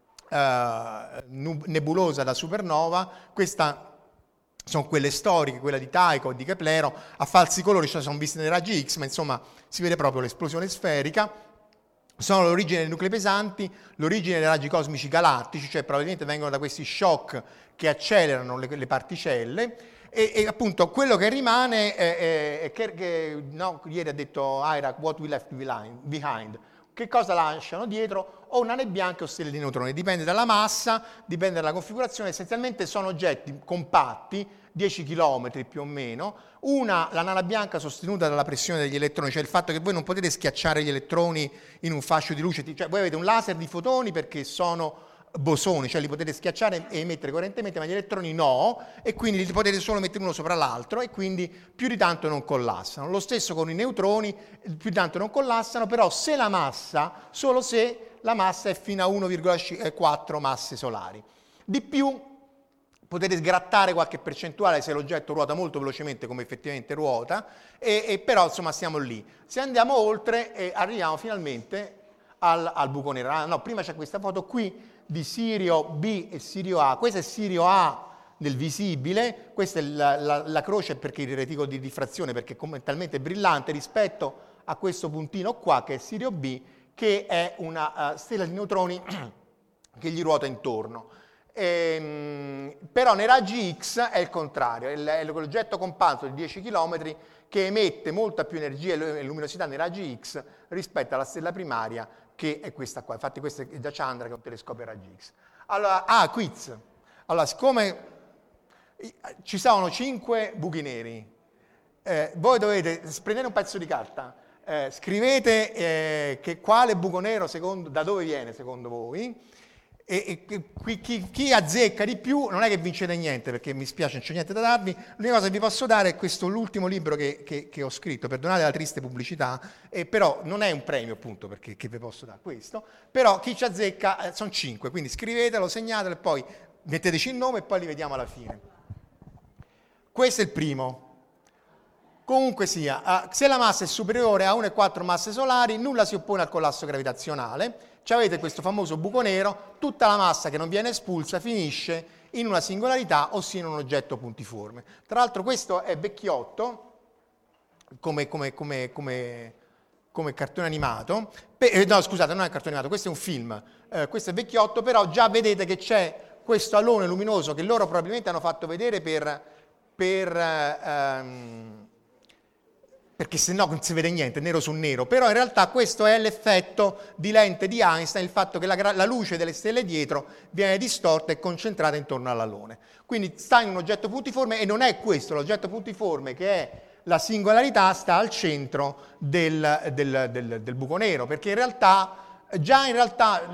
uh, nebulosa da supernova, questa sono quelle storiche, quella di Tycho, di Keplero, a falsi colori, cioè sono viste nei raggi X, ma insomma si vede proprio l'esplosione sferica. Sono l'origine dei nuclei pesanti, l'origine dei raggi cosmici galattici, cioè probabilmente vengono da questi shock che accelerano le, le particelle, e, e appunto quello che rimane è, è, è che, che no, ieri ha detto Ira, what we left behind, che cosa lasciano dietro? O nane bianche o stelle di neutroni, dipende dalla massa, dipende dalla configurazione, essenzialmente sono oggetti compatti, dieci chilometri più o meno, una, la nana bianca sostenuta dalla pressione degli elettroni, cioè il fatto che voi non potete schiacciare gli elettroni in un fascio di luce, cioè voi avete un laser di fotoni perché sono bosoni, cioè li potete schiacciare e emettere correntemente, ma gli elettroni no, e quindi li potete solo mettere uno sopra l'altro e quindi più di tanto non collassano. Lo stesso con i neutroni, più di tanto non collassano, però se la massa, solo se la massa è fino a uno virgola quattro masse solari. Di più potete sgrattare qualche percentuale se l'oggetto ruota molto velocemente come effettivamente ruota, e, e però insomma siamo lì. Se andiamo oltre eh, arriviamo finalmente al, al buco nero. Ah, no, prima c'è questa foto qui di Sirio B e Sirio A. Questo è Sirio A nel visibile, questa è la, la, la croce perché il reticolo di diffrazione, perché è talmente brillante rispetto a questo puntino qua che è Sirio B, che è una uh, stella di neutroni che gli ruota intorno. Ehm, però nei raggi X è il contrario, è l'oggetto compatto di dieci chilometri che emette molta più energia e luminosità nei raggi X rispetto alla stella primaria, che è questa qua. Infatti questo è da Chandra, che è un telescopio a raggi X. Allora, ah, quiz. Allora, siccome ci sono cinque buchi neri, eh, voi dovete prendere un pezzo di carta, eh, scrivete eh, che quale buco nero secondo, da dove viene secondo voi, E, e qui, chi, chi azzecca di più non è che vincete niente, perché mi spiace, non c'è niente da darvi. L'unica cosa che vi posso dare è questo, l'ultimo libro che, che, che ho scritto, perdonate la triste pubblicità, eh, però non è un premio appunto perché che vi posso dare questo, però chi ci azzecca eh, sono cinque, quindi scrivetelo, segnatelo e poi metteteci il nome e poi li vediamo alla fine. Questo è il primo. Comunque sia, se la massa è superiore a uno virgola quattro masse solari, nulla si oppone al collasso gravitazionale. Cioè avete questo famoso buco nero, tutta la massa che non viene espulsa finisce in una singolarità, ossia in un oggetto puntiforme. Tra l'altro questo è vecchiotto, come, come, come, come, come cartone animato. Pe- no, scusate, non è un cartone animato, questo è un film. Eh, questo è vecchiotto, però già vedete che c'è questo alone luminoso che loro probabilmente hanno fatto vedere per... per ehm, perché se no non si vede niente, nero su nero, però in realtà questo è l'effetto di lente di Einstein, il fatto che la, la luce delle stelle dietro viene distorta e concentrata intorno all'alone. Quindi sta in un oggetto puntiforme e non è questo, l'oggetto puntiforme che è la singolarità sta al centro del, del, del, del buco nero, perché in realtà, già in realtà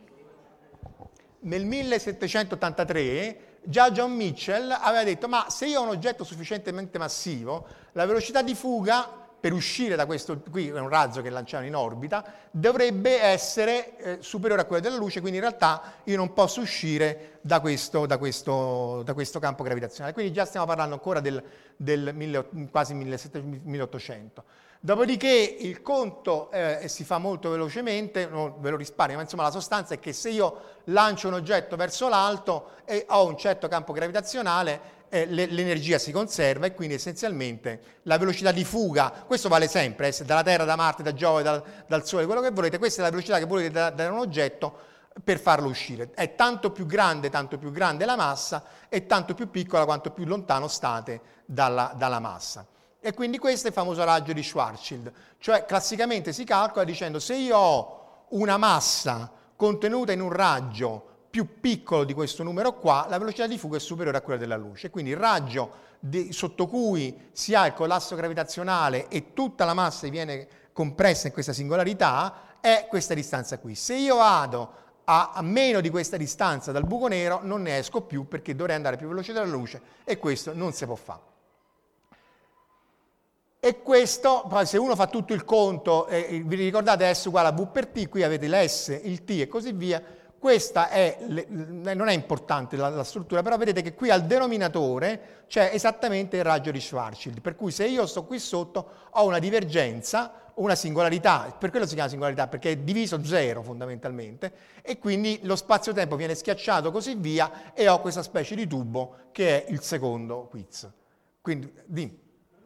nel millesettecentottantatré già John Mitchell aveva detto ma se io ho un oggetto sufficientemente massivo, la velocità di fuga per uscire da questo, qui è un razzo che lanciano in orbita, dovrebbe essere eh, superiore a quella della luce, quindi in realtà io non posso uscire da questo, da questo, da questo campo gravitazionale. Quindi già stiamo parlando ancora del, del mille, quasi milleottocento. Dopodiché il conto eh, si fa molto velocemente, non ve lo risparmio, ma insomma la sostanza è che se io lancio un oggetto verso l'alto e ho un certo campo gravitazionale, eh, le, l'energia si conserva e quindi essenzialmente la velocità di fuga, questo vale sempre, eh, dalla Terra, da Marte, da Giove, dal, dal Sole, quello che volete, questa è la velocità che volete da, da un oggetto per farlo uscire. È tanto più grande, tanto più grande la massa e tanto più piccola quanto più lontano state dalla, dalla massa. E quindi questo è il famoso raggio di Schwarzschild, cioè classicamente si calcola dicendo se io ho una massa contenuta in un raggio più piccolo di questo numero qua, la velocità di fuga è superiore a quella della luce. Quindi il raggio di, sotto cui si ha il collasso gravitazionale e tutta la massa viene compressa in questa singolarità è questa distanza qui. Se io vado a, a meno di questa distanza dal buco nero non ne esco più perché dovrei andare più veloce della luce e questo non si può fare. E questo, poi se uno fa tutto il conto, eh, vi ricordate S uguale a V per T, qui avete l'S, il T e così via, questa è, non è importante la, la struttura, però vedete che qui al denominatore c'è esattamente il raggio di Schwarzschild, per cui se io sto qui sotto ho una divergenza, una singolarità, per quello si chiama singolarità, perché è diviso zero fondamentalmente, e quindi lo spazio-tempo viene schiacciato così via e ho questa specie di tubo che è il secondo quiz. Quindi, dimmi.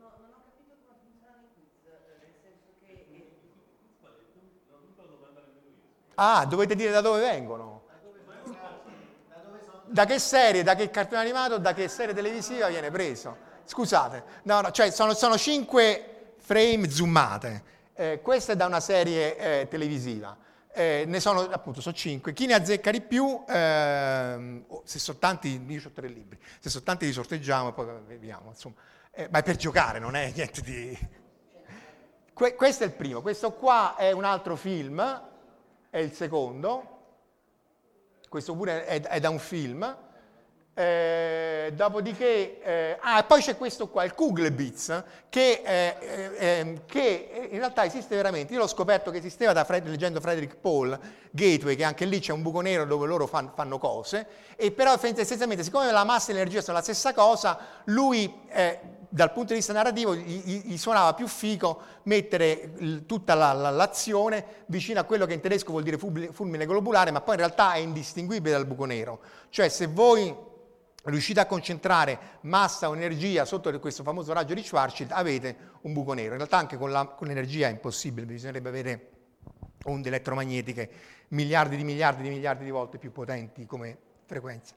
Ah, dovete dire da dove vengono? Da che serie, da che cartone animato, da che serie televisiva viene preso? Scusate, no, no, cioè sono, sono cinque frame zoomate. Eh, questa è da una serie eh, televisiva. Eh, ne sono, appunto, sono cinque. Chi ne azzecca di più, eh, se sono tanti, io ho tre libri, se sono tanti li sorteggiamo e poi vediamo, insomma. Eh, ma è per giocare, non è niente di... Que- questo è il primo, questo qua è un altro film. È il secondo, questo pure è, è da un film, eh, dopodiché, eh, ah, e poi c'è questo qua, il Kugelblitz, che, eh, eh, che in realtà esiste veramente, io l'ho scoperto che esisteva da Fred, leggendo Frederick Paul, Gateway, che anche lì c'è un buco nero dove loro fan, fanno cose, e però essenzialmente, siccome la massa e l'energia sono la stessa cosa, lui... Eh, dal punto di vista narrativo gli, gli suonava più figo mettere il, tutta la, la, l'azione vicino a quello che in tedesco vuol dire fulmine globulare, ma poi in realtà è indistinguibile dal buco nero. Cioè se voi riuscite a concentrare massa o energia sotto questo famoso raggio di Schwarzschild avete un buco nero. In realtà anche con, la, con l'energia è impossibile, bisognerebbe avere onde elettromagnetiche miliardi di miliardi di miliardi di volte più potenti come frequenza.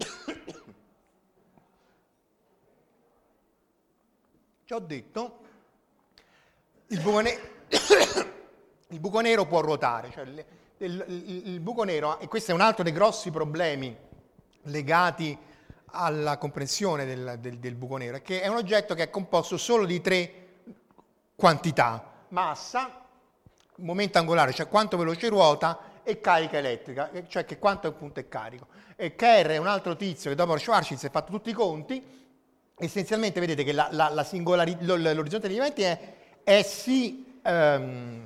Ci ho detto, il buco, ne- il buco nero può ruotare, cioè il, il, il, il buco nero, e questo è un altro dei grossi problemi legati alla comprensione del, del, del buco nero, è che è un oggetto che è composto solo di tre quantità: massa, momento angolare, cioè quanto veloce ruota, e carica elettrica, cioè che quanto appunto è carico. E Kerr è un altro tizio che dopo Schwarzschild si è fatto tutti i conti. Essenzialmente vedete che la, la, la singolarità, l'orizzonte degli eventi è, è sì ehm,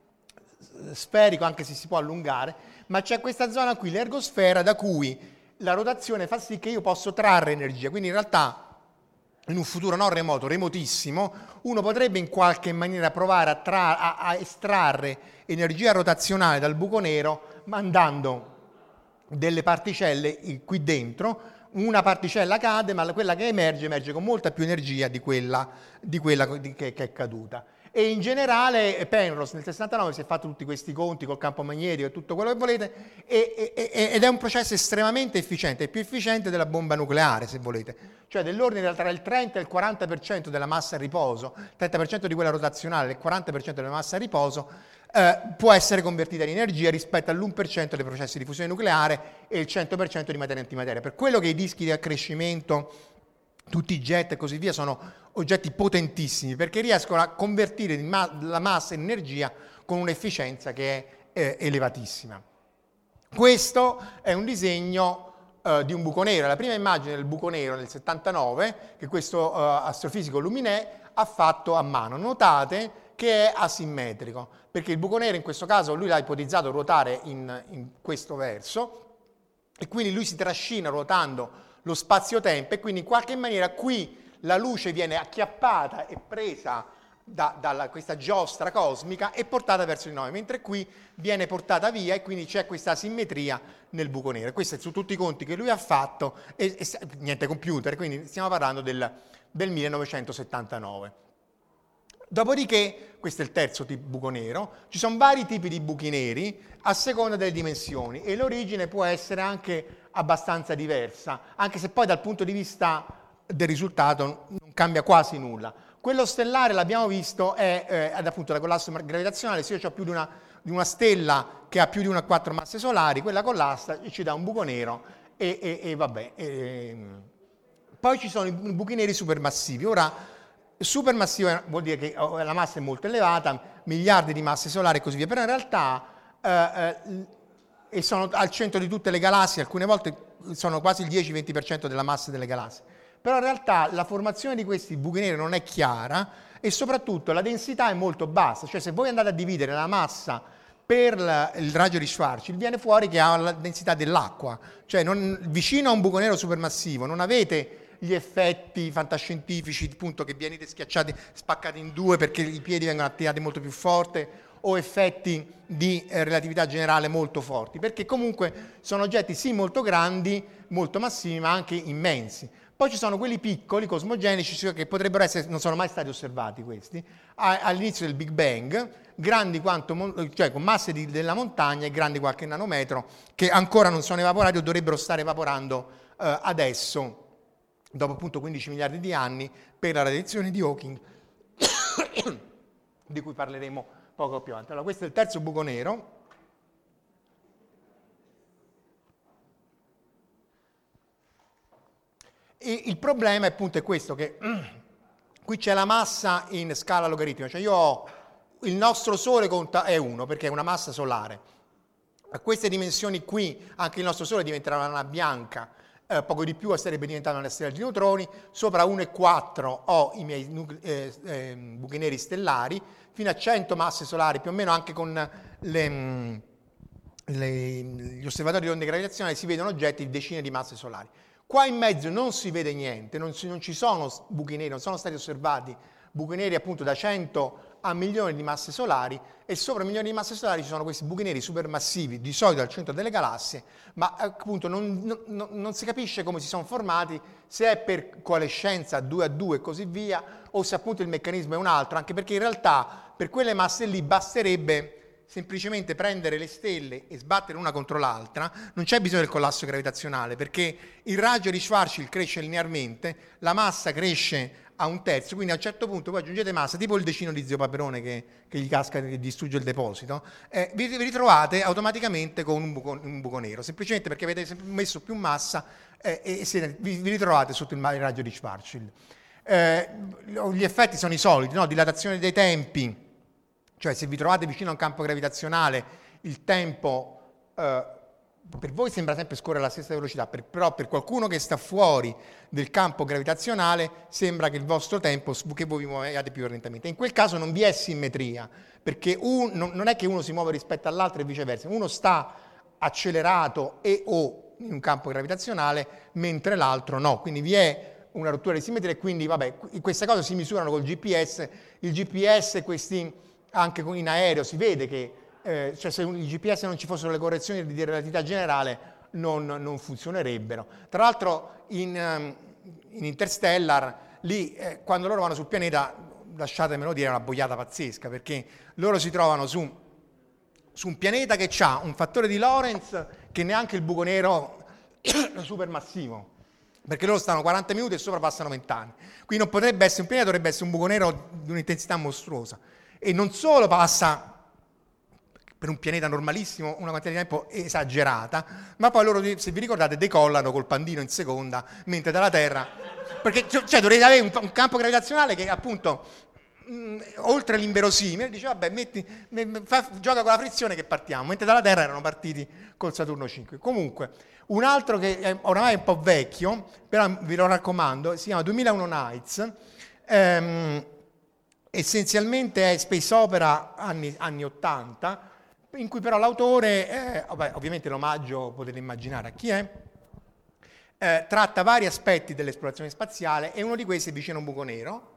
sferico, anche se si può allungare, ma c'è questa zona qui, l'ergosfera, da cui la rotazione fa sì che io posso trarre energia. Quindi in realtà in un futuro non remoto, remotissimo, uno potrebbe in qualche maniera provare a, tra- a, a estrarre energia rotazionale dal buco nero mandando delle particelle qui dentro. Una particella cade, ma quella che emerge emerge con molta più energia di quella, di quella che, che è caduta. E in generale Penrose nel sessantanove si è fatto tutti questi conti col campo magnetico e tutto quello che volete, e, e, ed è un processo estremamente efficiente, è più efficiente della bomba nucleare, se volete, cioè dell'ordine tra il trenta e il quaranta per cento della massa a riposo, il trenta per cento di quella rotazionale e il quaranta per cento della massa a riposo eh, può essere convertita in energia rispetto all'uno per cento dei processi di fusione nucleare e il cento per cento di materia antimateria. Per quello che i dischi di accrescimento, tutti i jet e così via, sono oggetti potentissimi, perché riescono a convertire la massa in energia con un'efficienza che è eh, elevatissima. Questo è un disegno eh, di un buco nero, la prima immagine del buco nero nel settantanove, che questo eh, astrofisico Luminet ha fatto a mano. Notate che è asimmetrico, perché il buco nero in questo caso lui l'ha ipotizzato ruotare in, in questo verso, e quindi lui si trascina ruotando lo spazio-tempo, e quindi in qualche maniera qui la luce viene acchiappata e presa da, da questa giostra cosmica e portata verso di noi, mentre qui viene portata via, e quindi c'è questa asimmetria nel buco nero. Questo è su tutti i conti che lui ha fatto, e, e niente computer, quindi stiamo parlando del, del millenovecentosettantanove. Dopodiché, questo è il terzo tipo buco nero, ci sono vari tipi di buchi neri a seconda delle dimensioni, e l'origine può essere anche abbastanza diversa, anche se poi dal punto di vista del risultato non cambia quasi nulla. Quello stellare, l'abbiamo visto, è eh, appunto da collasso gravitazionale. Se io ho più di una, di una stella che ha più di una quattro masse solari, quella collassa ci dà un buco nero e, e, e vabbè. E, poi ci sono i buchi neri supermassivi. Ora, supermassivo vuol dire che la massa è molto elevata, miliardi di masse solari e così via, però in realtà eh, eh, e sono al centro di tutte le galassie, alcune volte sono quasi il dieci venti per cento della massa delle galassie. Però in realtà la formazione di questi buchi neri non è chiara, e soprattutto la densità è molto bassa, cioè se voi andate a dividere la massa per la, il raggio di Schwarzschild, viene fuori che ha la densità dell'acqua, cioè non, vicino a un buco nero supermassivo non avete gli effetti fantascientifici, appunto, che venite schiacciati, spaccati in due perché i piedi vengono attirati molto più forte, o effetti di eh, relatività generale molto forti, perché comunque sono oggetti sì molto grandi, molto massivi, ma anche immensi. Poi ci sono quelli piccoli, cosmogenici, che potrebbero essere, non sono mai stati osservati questi, a, all'inizio del Big Bang, grandi quanto, cioè con masse di, della montagna e grandi qualche nanometro, che ancora non sono evaporati o dovrebbero stare evaporando eh, adesso, dopo appunto quindici miliardi di anni, per la radiazione di Hawking, di cui parleremo poco più avanti. Allora, questo è il terzo buco nero. E il problema è appunto è questo, che qui c'è la massa in scala logaritmica, cioè io ho, il nostro Sole conta, è uno, perché è una massa solare. A queste dimensioni qui anche il nostro Sole diventerà una nana bianca, eh, poco di più sarebbe diventata una stella di neutroni, sopra uno virgola quattro ho i miei nucle- eh, eh, buchi neri stellari, fino a cento masse solari, più o meno anche con le, le, gli osservatori di onde gravitazionali si vedono oggetti di decine di masse solari. Qua in mezzo non si vede niente, non, si, non ci sono buchi neri, non sono stati osservati buchi neri appunto da cento a milioni di masse solari, e sopra milioni di masse solari ci sono questi buchi neri supermassivi, di solito al centro delle galassie, ma appunto non, non, non si capisce come si sono formati, se è per coalescenza due a due e così via, o se appunto il meccanismo è un altro, anche perché in realtà per quelle masse lì basterebbe semplicemente prendere le stelle e sbattere una contro l'altra, non c'è bisogno del collasso gravitazionale, perché il raggio di Schwarzschild cresce linearmente, la massa cresce a un terzo, quindi a un certo punto voi aggiungete massa, tipo il decino di zio Paperone che, che gli casca e distrugge il deposito, eh, vi, vi ritrovate automaticamente con un buco, un buco nero, semplicemente perché avete messo più massa eh, e siete, vi, vi ritrovate sotto il, il raggio di Schwarzschild. Eh, gli effetti sono i soliti, no? Dilatazione dei tempi, cioè se vi trovate vicino a un campo gravitazionale il tempo eh, per voi sembra sempre scorrere alla stessa velocità, per, però per qualcuno che sta fuori del campo gravitazionale sembra che il vostro tempo, che voi vi muoviate più lentamente. In quel caso non vi è simmetria, perché un, non, non è che uno si muove rispetto all'altro e viceversa, uno sta accelerato e o in un campo gravitazionale, mentre l'altro no, quindi vi è una rottura di simmetria e quindi vabbè, queste cose si misurano col G P S, il G P S questi, anche in aereo si vede che eh, cioè se il G P S non ci fossero le correzioni di relatività generale non, non funzionerebbero. Tra l'altro in, in Interstellar, lì eh, quando loro vanno sul pianeta, lasciatemelo dire, è una boiata pazzesca, perché loro si trovano su, su un pianeta che ha un fattore di Lorentz che neanche il buco nero supermassivo, perché loro stanno quaranta minuti e sopra passano venti anni. Quindi non potrebbe essere un pianeta, dovrebbe essere un buco nero di un'intensità mostruosa. E non solo passa per un pianeta normalissimo una quantità di tempo esagerata, ma poi loro, se vi ricordate, decollano col pandino in seconda, mentre dalla Terra, perché cioè dovrete avere un, un campo gravitazionale che appunto mh, oltre l'inverosimile dice vabbè metti, fa, gioca con la frizione che partiamo, mentre dalla Terra erano partiti col Saturno cinque. Comunque un altro che è oramai un po' vecchio, però vi lo raccomando, si chiama duemilauno Nights, ehm, essenzialmente è space opera anni, anni ottanta, in cui però l'autore, eh, vabbè, ovviamente l'omaggio potete immaginare a chi è, eh, tratta vari aspetti dell'esplorazione spaziale e uno di questi è vicino a un buco nero.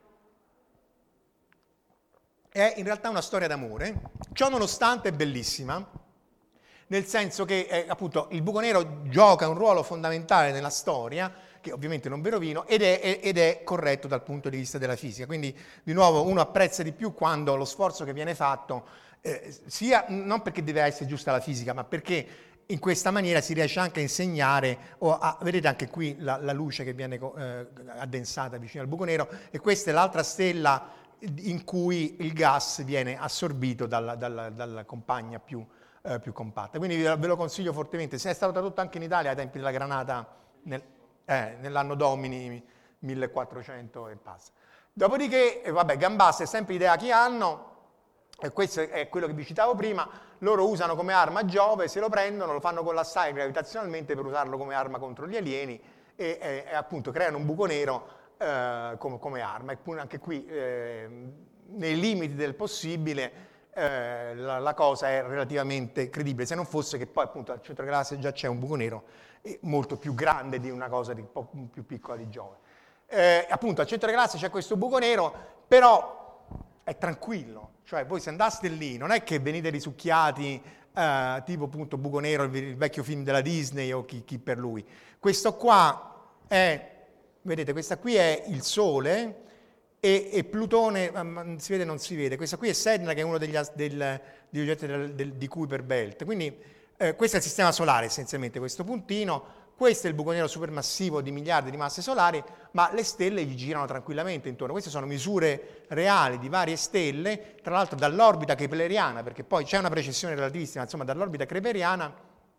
È in realtà una storia d'amore, ciò nonostante è bellissima, nel senso che eh, appunto il buco nero gioca un ruolo fondamentale nella storia, che ovviamente non vi rovino, ed è, ed è corretto dal punto di vista della fisica. Quindi di nuovo uno apprezza di più quando lo sforzo che viene fatto Eh, sia non perché deve essere giusta la fisica, ma perché in questa maniera si riesce anche a insegnare, o a, vedete anche qui la, la luce che viene eh, addensata vicino al buco nero, e questa è l'altra stella in cui il gas viene assorbito dalla, dalla, dalla compagna più, eh, più compatta. Quindi ve lo consiglio fortemente, se è stato tradotto anche in Italia ai tempi della Granata nel, eh, nell'anno Domini millequattrocento e passa. Dopodiché, eh, vabbè, Gambassi è sempre idea che hanno. E questo è quello che vi citavo prima, loro usano come arma Giove, se lo prendono, lo fanno collassare gravitazionalmente per usarlo come arma contro gli alieni e, e, e appunto creano un buco nero eh, come, come arma. E anche qui, eh, nei limiti del possibile, eh, la, la cosa è relativamente credibile, se non fosse che poi appunto al centro della galassia già c'è un buco nero molto più grande di una cosa di, un po' più piccola di Giove. Eh, appunto al centro della galassia c'è questo buco nero, però è tranquillo, cioè voi se andaste lì non è che venite risucchiati eh, tipo appunto Buco Nero, il, il vecchio film della Disney o chi, chi per lui. Questo qua è, vedete, questa qui è il Sole e, e Plutone, um, si vede o non si vede, questa qui è Sedna che è uno degli, del, degli oggetti del, del, di Kuiper Belt, quindi eh, questo è il sistema solare essenzialmente, questo puntino. Questo è il buco nero supermassivo di miliardi di masse solari, ma le stelle gli girano tranquillamente intorno. Queste sono misure reali di varie stelle, tra l'altro dall'orbita kepleriana, perché poi c'è una precessione relativistica, insomma dall'orbita kepleriana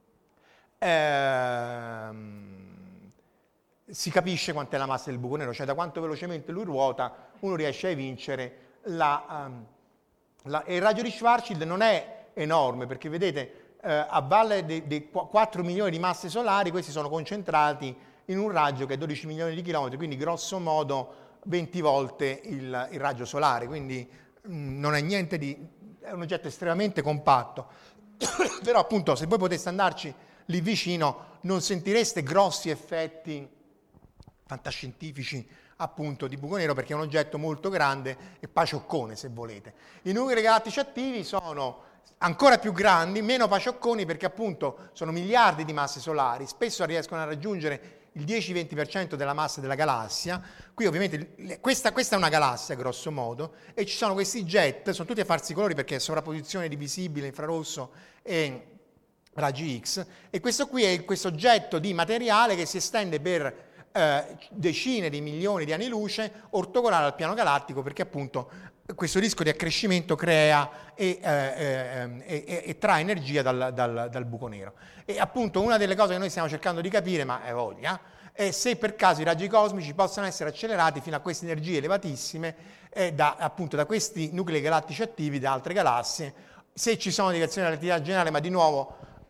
ehm, si capisce quant'è la massa del buco nero, cioè da quanto velocemente lui ruota uno riesce a evincere la... Um, la e il raggio di Schwarzschild non è enorme, perché vedete... Eh, a valle dei quattro milioni di masse solari, questi sono concentrati in un raggio che è dodici milioni di chilometri, quindi grosso modo venti volte il, il raggio solare, quindi mh, non è niente di... è un oggetto estremamente compatto, però appunto se voi poteste andarci lì vicino non sentireste grossi effetti fantascientifici appunto di buco nero, perché è un oggetto molto grande e pacioccone se volete. I nuclei galattici attivi sono ancora più grandi, meno paciocconi, perché appunto sono miliardi di masse solari, spesso riescono a raggiungere il dieci-venti per cento della massa della galassia. Qui ovviamente questa, questa è una galassia grosso modo, e ci sono questi jet, sono tutti a farsi colori perché è sovrapposizione di visibile, infrarosso e raggi X, e questo qui è questo oggetto di materiale che si estende per eh, decine di milioni di anni luce ortogonale al piano galattico, perché appunto questo disco di accrescimento crea e, eh, e, e, e trae energia dal, dal, dal buco nero. E appunto una delle cose che noi stiamo cercando di capire, ma è voglia, è se per caso i raggi cosmici possano essere accelerati fino a queste energie elevatissime eh, da, appunto da questi nuclei galattici attivi da altre galassie, se ci sono direzioni della relatività generale, ma di nuovo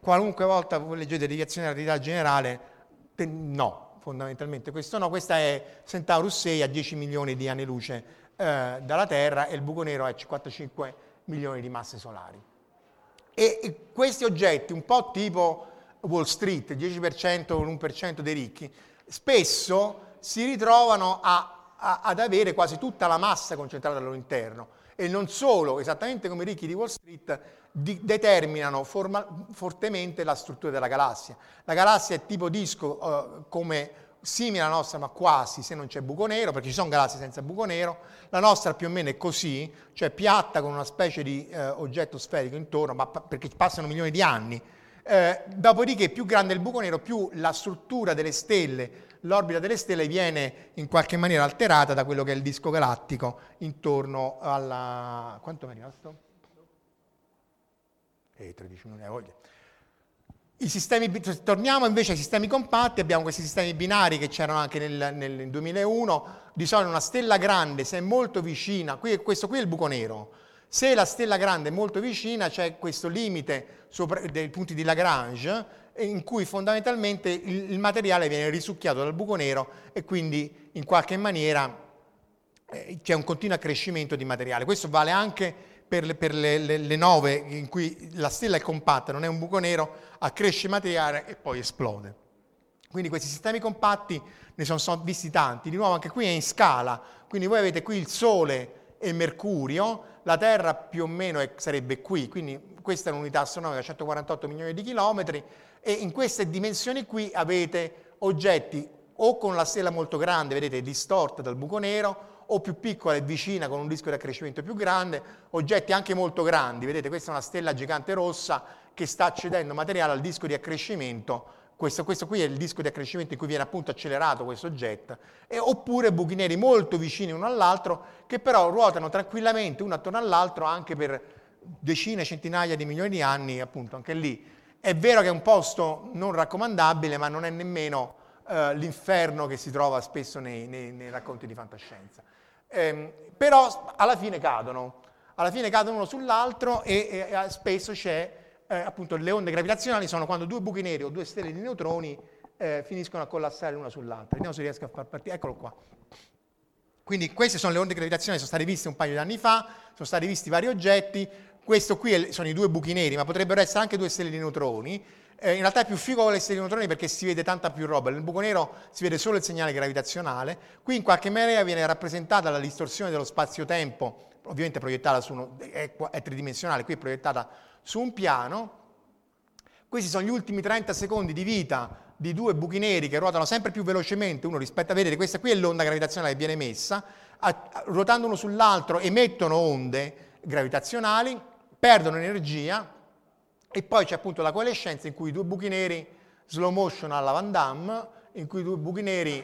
qualunque volta voi leggete deviazione della relatività generale, no, fondamentalmente questo no. Questa è Centaurus sei a dieci milioni di anni luce eh, dalla Terra e il buco nero è cinquantacinque milioni di masse solari. E, e questi oggetti, un po' tipo Wall Street, il dieci per cento o l'uno per cento dei ricchi, spesso si ritrovano a, a, ad avere quasi tutta la massa concentrata al loro interno. E non solo, esattamente come i ricchi di Wall Street, di, determinano forma, fortemente la struttura della galassia. La galassia è tipo disco, eh, come simile alla nostra, ma quasi, se non c'è buco nero, perché ci sono galassie senza buco nero. La nostra più o meno è così, cioè piatta con una specie di eh, oggetto sferico intorno, ma pa- perché passano milioni di anni. Eh, dopodiché, più grande è il buco nero, più la struttura delle stelle, l'orbita delle stelle viene in qualche maniera alterata da quello che è il disco galattico intorno alla... Quanto mi è rimasto? Eh, tredici minuti, eh, voglia. I sistemi, torniamo invece ai sistemi compatti, abbiamo questi sistemi binari che c'erano anche nel, nel duemilauno, di solito una stella grande, se è molto vicina, qui, questo qui è il buco nero, se la stella grande è molto vicina c'è questo limite sopra, dei punti di Lagrange, in cui fondamentalmente il, il materiale viene risucchiato dal buco nero e quindi in qualche maniera eh, c'è un continuo accrescimento di materiale. Questo vale anche per, le, per le, le, le nove in cui la stella è compatta, non è un buco nero, accresce materiale e poi esplode. Quindi questi sistemi compatti ne sono, sono visti tanti. Di nuovo anche qui è in scala, quindi voi avete qui il Sole e Mercurio, la Terra più o meno è, sarebbe qui, quindi questa è un'unità astronomica, centoquarantotto milioni di chilometri, e in queste dimensioni qui avete oggetti o con la stella molto grande, vedete, distorta dal buco nero, o più piccola e vicina con un disco di accrescimento più grande, oggetti anche molto grandi, vedete, questa è una stella gigante rossa che sta cedendo materiale al disco di accrescimento. Questo, questo qui è il disco di accrescimento in cui viene appunto accelerato questo jet, e, oppure buchi neri molto vicini uno all'altro che però ruotano tranquillamente uno attorno all'altro anche per decine, centinaia di milioni di anni, appunto anche lì. È vero che è un posto non raccomandabile, ma non è nemmeno eh, l'inferno che si trova spesso nei, nei, nei racconti di fantascienza. Ehm, però alla fine cadono, alla fine cadono uno sull'altro e, e spesso c'è... Eh, appunto le onde gravitazionali sono quando due buchi neri o due stelle di neutroni eh, finiscono a collassare l'una sull'altra. Vediamo se riesco a far partire. Eccolo qua. Quindi queste sono le onde gravitazionali, sono state viste un paio di anni fa, sono stati visti vari oggetti. Questo qui è, sono i due buchi neri, ma potrebbero essere anche due stelle di neutroni. Eh, in realtà è più figo con le stelle di neutroni perché si vede tanta più roba. Nel buco nero si vede solo il segnale gravitazionale. Qui in qualche maniera viene rappresentata la distorsione dello spazio-tempo, ovviamente proiettata su uno, è, è tridimensionale, qui è proiettata su un piano. Questi sono gli ultimi trenta secondi di vita di due buchi neri che ruotano sempre più velocemente uno rispetto a, vedete, questa qui è l'onda gravitazionale che viene emessa, a, a, ruotando uno sull'altro emettono onde gravitazionali, perdono energia e poi c'è appunto la coalescenza in cui i due buchi neri, slow motion alla Van Damme, in cui i due buchi neri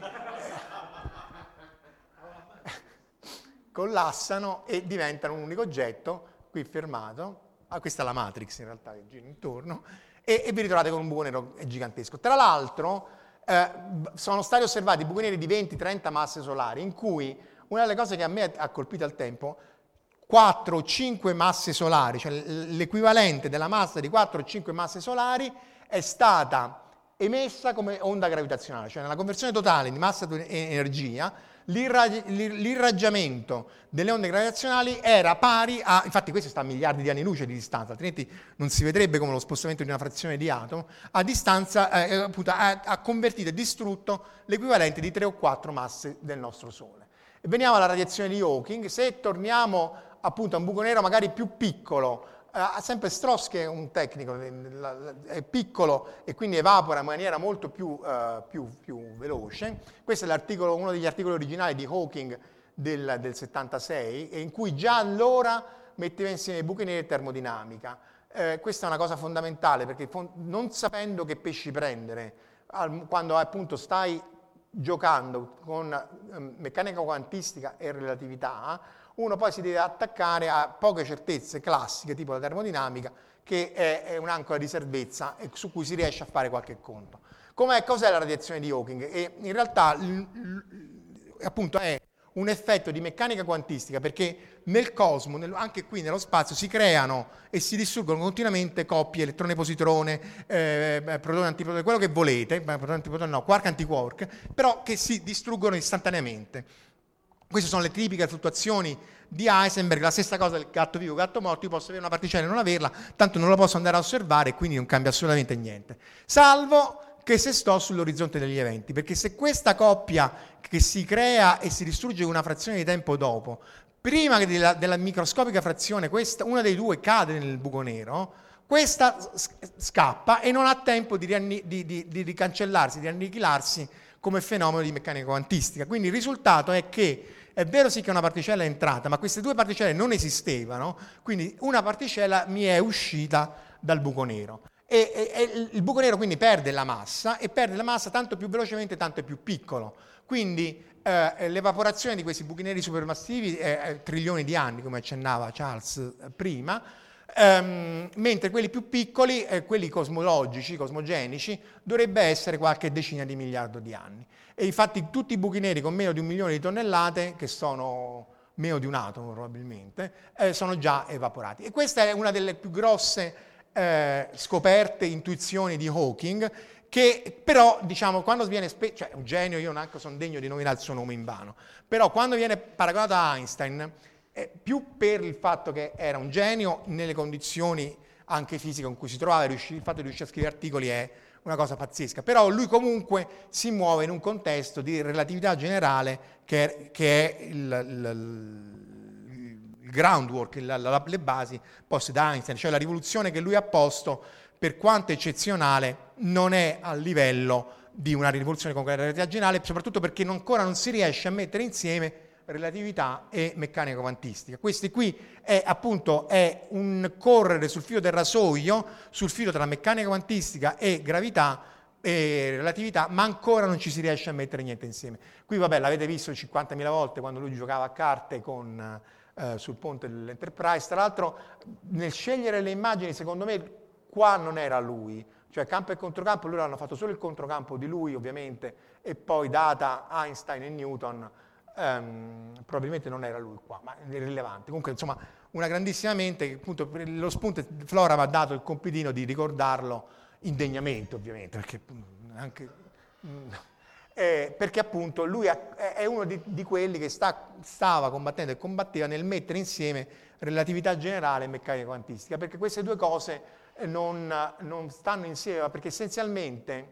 collassano e diventano un unico oggetto, qui fermato. Ah, questa è la Matrix in realtà che gira intorno, e, e vi ritrovate con un buco nero gigantesco. Tra l'altro eh, sono stati osservati buchi neri di venti trenta masse solari, in cui una delle cose che a me ha colpito al tempo, quattro o cinque masse solari, cioè l'equivalente della massa di quattro o cinque masse solari è stata emessa come onda gravitazionale, cioè nella conversione totale di massa e energia l'irraggiamento delle onde gravitazionali era pari a, infatti questo sta a miliardi di anni luce di distanza, altrimenti non si vedrebbe come lo spostamento di una frazione di atomo, a distanza eh, appunto, ha, ha convertito e distrutto l'equivalente di tre o quattro masse del nostro Sole. E veniamo alla radiazione di Hawking. Se torniamo appunto a un buco nero magari più piccolo, Uh, sempre Strauss, che è un tecnico, è piccolo e quindi evapora in maniera molto più, uh, più, più veloce. Questo è l'articolo, uno degli articoli originali di Hawking del, del settantasei, e in cui già allora metteva insieme i buchi neri e termodinamica. Eh, questa è una cosa fondamentale, perché non sapendo che pesci prendere, al, quando appunto stai giocando con um, meccanica quantistica e relatività, uno poi si deve attaccare a poche certezze classiche, tipo la termodinamica, che è, è un'ancora di salvezza e su cui si riesce a fare qualche conto. Com'è, cos'è la radiazione di Hawking? E in realtà l, l, appunto è un effetto di meccanica quantistica, perché nel cosmo, nel, anche qui nello spazio, si creano e si distruggono continuamente coppie, elettrone-positrone, eh, protone, antiprotone, quello che volete, protone, antiprotone no, quark, antiquark, però che si distruggono istantaneamente. Queste sono le tipiche fluttuazioni di Heisenberg, la stessa cosa del gatto vivo, gatto morto, io posso avere una particella e non averla, tanto non la posso andare a osservare e quindi non cambia assolutamente niente. Salvo che se sto sull'orizzonte degli eventi, perché se questa coppia che si crea e si distrugge una frazione di tempo dopo, prima che della, della microscopica frazione, questa, una dei due cade nel buco nero, questa scappa e non ha tempo di, rianni, di, di, di ricancellarsi, di annichilarsi come fenomeno di meccanica quantistica. Quindi il risultato è che è vero sì che una particella è entrata, ma queste due particelle non esistevano, quindi una particella mi è uscita dal buco nero. E, e, e il buco nero quindi perde la massa, e perde la massa tanto più velocemente tanto è più piccolo. Quindi eh, l'evaporazione di questi buchi neri supermassivi è, è trilioni di anni, come accennava Charles eh, prima, ehm, mentre quelli più piccoli, eh, quelli cosmologici, cosmogenici, dovrebbe essere qualche decina di miliardo di anni. E infatti tutti i buchi neri con meno di un milione di tonnellate, che sono meno di un atomo probabilmente, eh, sono già evaporati. E questa è una delle più grosse eh, scoperte, intuizioni di Hawking, che però, diciamo, quando viene, spe- cioè un genio, io neanche sono degno di nominare il suo nome in vano, però quando viene paragonato a Einstein, eh, più per il fatto che era un genio nelle condizioni anche fisiche in cui si trovava, il fatto di riuscire a scrivere articoli è una cosa pazzesca, però lui comunque si muove in un contesto di relatività generale che è, che è il, il, il groundwork, la, la, le basi poste da Einstein, cioè la rivoluzione che lui ha posto, per quanto eccezionale, non è a livello di una rivoluzione con la relatività generale, soprattutto perché non, ancora non si riesce a mettere insieme relatività e meccanica quantistica. Questo qui è appunto è un correre sul filo del rasoio, sul filo tra meccanica quantistica e gravità e relatività, ma ancora non ci si riesce a mettere niente insieme. Qui vabbè, l'avete visto cinquantamila volte quando lui giocava a carte con, eh, sul ponte dell'Enterprise. Tra l'altro nel scegliere le immagini, secondo me qua non era lui, cioè campo e controcampo, loro hanno fatto solo il controcampo di lui ovviamente, e poi data Einstein e Newton, Um, probabilmente non era lui qua, ma è irrilevante. Comunque, insomma, una grandissima mente che appunto per lo spunto Flora mi ha dato il compitino di ricordarlo indegnamente, ovviamente, perché anche eh, perché appunto lui è, è uno di, di quelli che sta, stava combattendo e combatteva nel mettere insieme relatività generale e meccanica quantistica, perché queste due cose non, non stanno insieme, perché essenzialmente,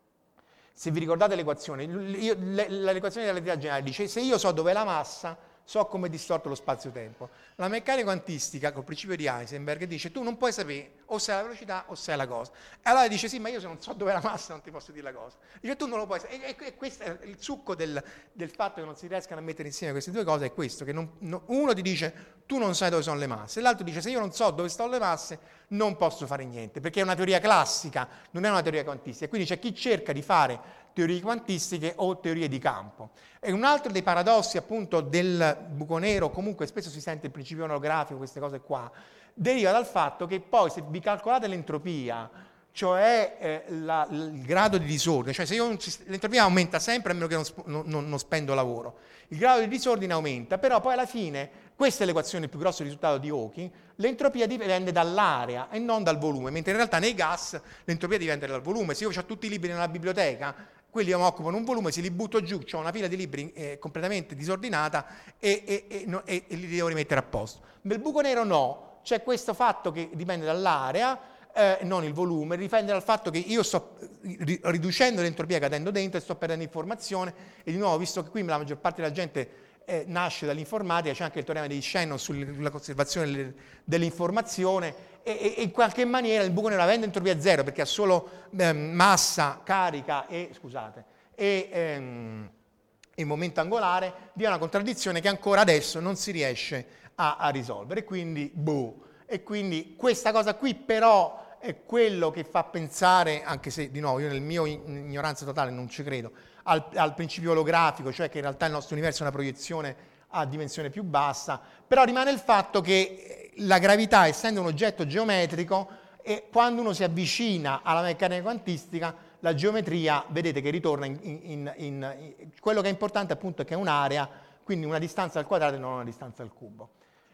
se vi ricordate l'equazione, io, le, l'equazione della relatività generale dice se io so dove è la massa, so come è distorto lo spazio-tempo. La meccanica quantistica, col principio di Heisenberg, dice tu non puoi sapere o se è la velocità o se è la cosa. E allora dice sì, ma io se non so dove è la massa non ti posso dire la cosa. Dice tu non lo puoi sapere. E, e, e questo è il succo del, del fatto che non si riescano a mettere insieme queste due cose, è questo, che non, no, uno ti dice tu non sai dove sono le masse, e l'altro dice se io non so dove stanno le masse non posso fare niente, perché è una teoria classica, non è una teoria quantistica. Quindi c'è chi cerca di fare teorie quantistiche o teorie di campo. E un altro dei paradossi appunto del buco nero, comunque spesso si sente il principio orografico, queste cose qua, deriva dal fatto che poi se vi calcolate l'entropia, cioè eh, la, il grado di disordine, cioè se io, l'entropia aumenta sempre a meno che non, sp- non, non spendo lavoro, il grado di disordine aumenta, però poi alla fine, questa è l'equazione, il più grosso risultato di Hawking, l'entropia dipende dall'area e non dal volume, mentre in realtà nei gas l'entropia dipende dal volume. Se io ho tutti i libri nella biblioteca, quelli mi occupano un volume, se li butto giù, ho una pila di libri eh, completamente disordinata e, e, e, no, e, e li devo rimettere a posto. Nel buco nero no, c'è questo fatto che dipende dall'area, eh, non il volume, dipende dal fatto che io sto riducendo l'entropia cadendo dentro e sto perdendo informazione, e di nuovo, visto che qui la maggior parte della gente eh, nasce dall'informatica, c'è anche il teorema di Shannon sulla conservazione dell'informazione, e, e in qualche maniera il buco nero, avendo entropia zero, perché ha solo eh, massa, carica e, scusate, e ehm, il momento angolare, vi è una contraddizione che ancora adesso non si riesce a, a risolvere, quindi boh. E quindi questa cosa qui però è quello che fa pensare, anche se di nuovo io nel mio ignoranza totale non ci credo, al, al principio olografico, cioè che in realtà il nostro universo è una proiezione a dimensione più bassa, però rimane il fatto che la gravità, essendo un oggetto geometrico, e quando uno si avvicina alla meccanica quantistica, la geometria, vedete che ritorna in, in, in, in quello che è importante appunto è che è un'area, quindi una distanza al quadrato e non una distanza al cubo.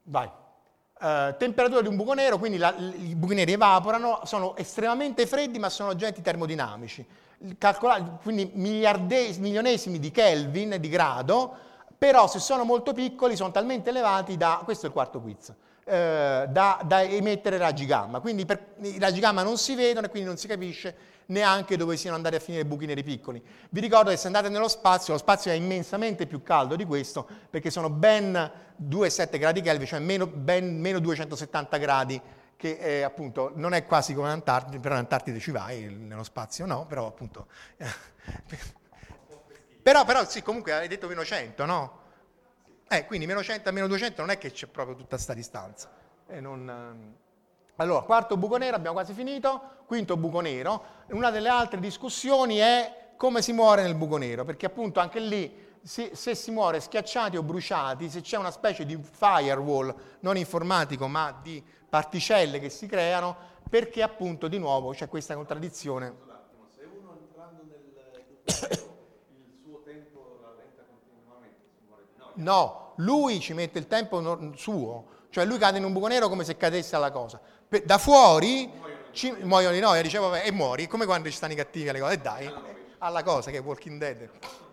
Vai. Uh, temperatura di un buco nero, quindi la, i buchi neri evaporano, sono estremamente freddi ma sono agenti termodinamici. Calcolati, quindi miliarde, milionesimi di Kelvin, di grado, però se sono molto piccoli sono talmente elevati da, questo è il quarto quiz, eh, da, da emettere raggi gamma. Quindi per, i raggi gamma non si vedono e quindi non si capisce neanche dove siano andati a finire i buchi neri piccoli. Vi ricordo che se andate nello spazio, lo spazio è immensamente più caldo di questo, perché sono ben due virgola sette gradi Kelvin, cioè meno, ben meno duecentosettanta gradi, che eh, appunto non è quasi come l'Antartide, però l'Antartide ci vai, nello spazio no, però appunto... però, però sì, comunque hai detto meno cento, no? Eh, quindi meno cento a meno duecento non è che c'è proprio tutta sta distanza. E non... Allora, quarto buco nero, abbiamo quasi finito. Quinto buco nero. Una delle altre discussioni è come si muore nel buco nero, perché appunto anche lì se, se si muore schiacciati o bruciati, se c'è una specie di firewall, non informatico ma di particelle che si creano, perché appunto di nuovo c'è questa contraddizione. Se uno entrando nel buco nero il suo tempo rallenta continuamente, si muore di noia. No, lui ci mette il tempo suo, cioè lui cade in un buco nero come se cadesse alla cosa. Da fuori ci, muoiono di noia, dicevo, vabbè, e muori, come quando ci stanno i cattivi alle cose, e dai, alla cosa che è Walking Dead.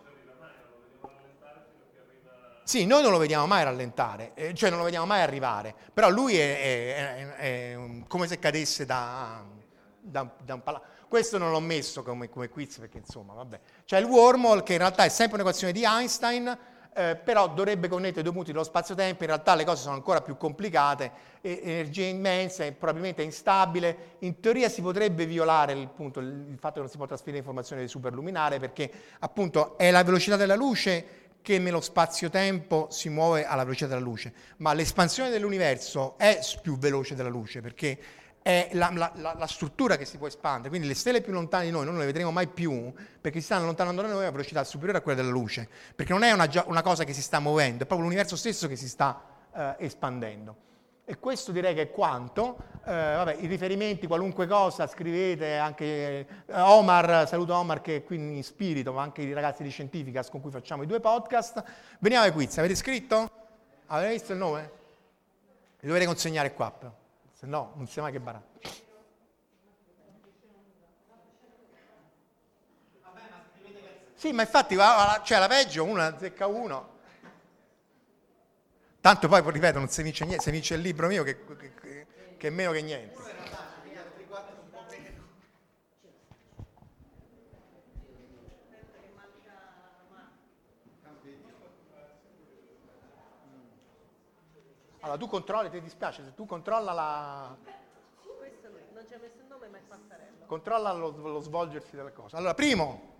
Sì, noi non lo vediamo mai rallentare, eh, cioè non lo vediamo mai arrivare, però lui è, è, è, è come se cadesse da, da, da un palazzo. Questo non l'ho messo come, come quiz perché insomma, vabbè. C'è il wormhole che in realtà è sempre un'equazione di Einstein, eh, però dovrebbe connettere i due punti dello spazio-tempo, in realtà le cose sono ancora più complicate, e, energia immensa, e probabilmente è instabile, in teoria si potrebbe violare il, punto, il fatto che non si può trasferire informazione superluminare perché appunto è la velocità della luce che nello spazio-tempo si muove alla velocità della luce, ma l'espansione dell'universo è più veloce della luce perché è la, la, la, la struttura che si può espandere, quindi le stelle più lontane di noi non le vedremo mai più perché si stanno allontanando da noi a velocità superiore a quella della luce, perché non è una, una cosa che si sta muovendo, è proprio l'universo stesso che si sta eh, espandendo. E questo direi che è quanto. Eh, vabbè, i riferimenti, qualunque cosa, scrivete anche eh, Omar, saluto Omar che è qui in spirito, ma anche i ragazzi di Scientificas con cui facciamo i due podcast. Veniamo ai quiz, avete scritto? Avete visto il nome? Li dovete consegnare qua, però. Se no non si mai che barà. Sì, ma infatti c'è la peggio, uno azzecca uno. Tanto poi, ripeto, non si vince niente, si vince il libro mio che, che, che è meno che niente. Allora, tu controlli, ti dispiace, se tu controlla la... Questo non ci ha messo il nome, ma è Passarello. Controlla lo, lo svolgersi delle cose. Allora, primo.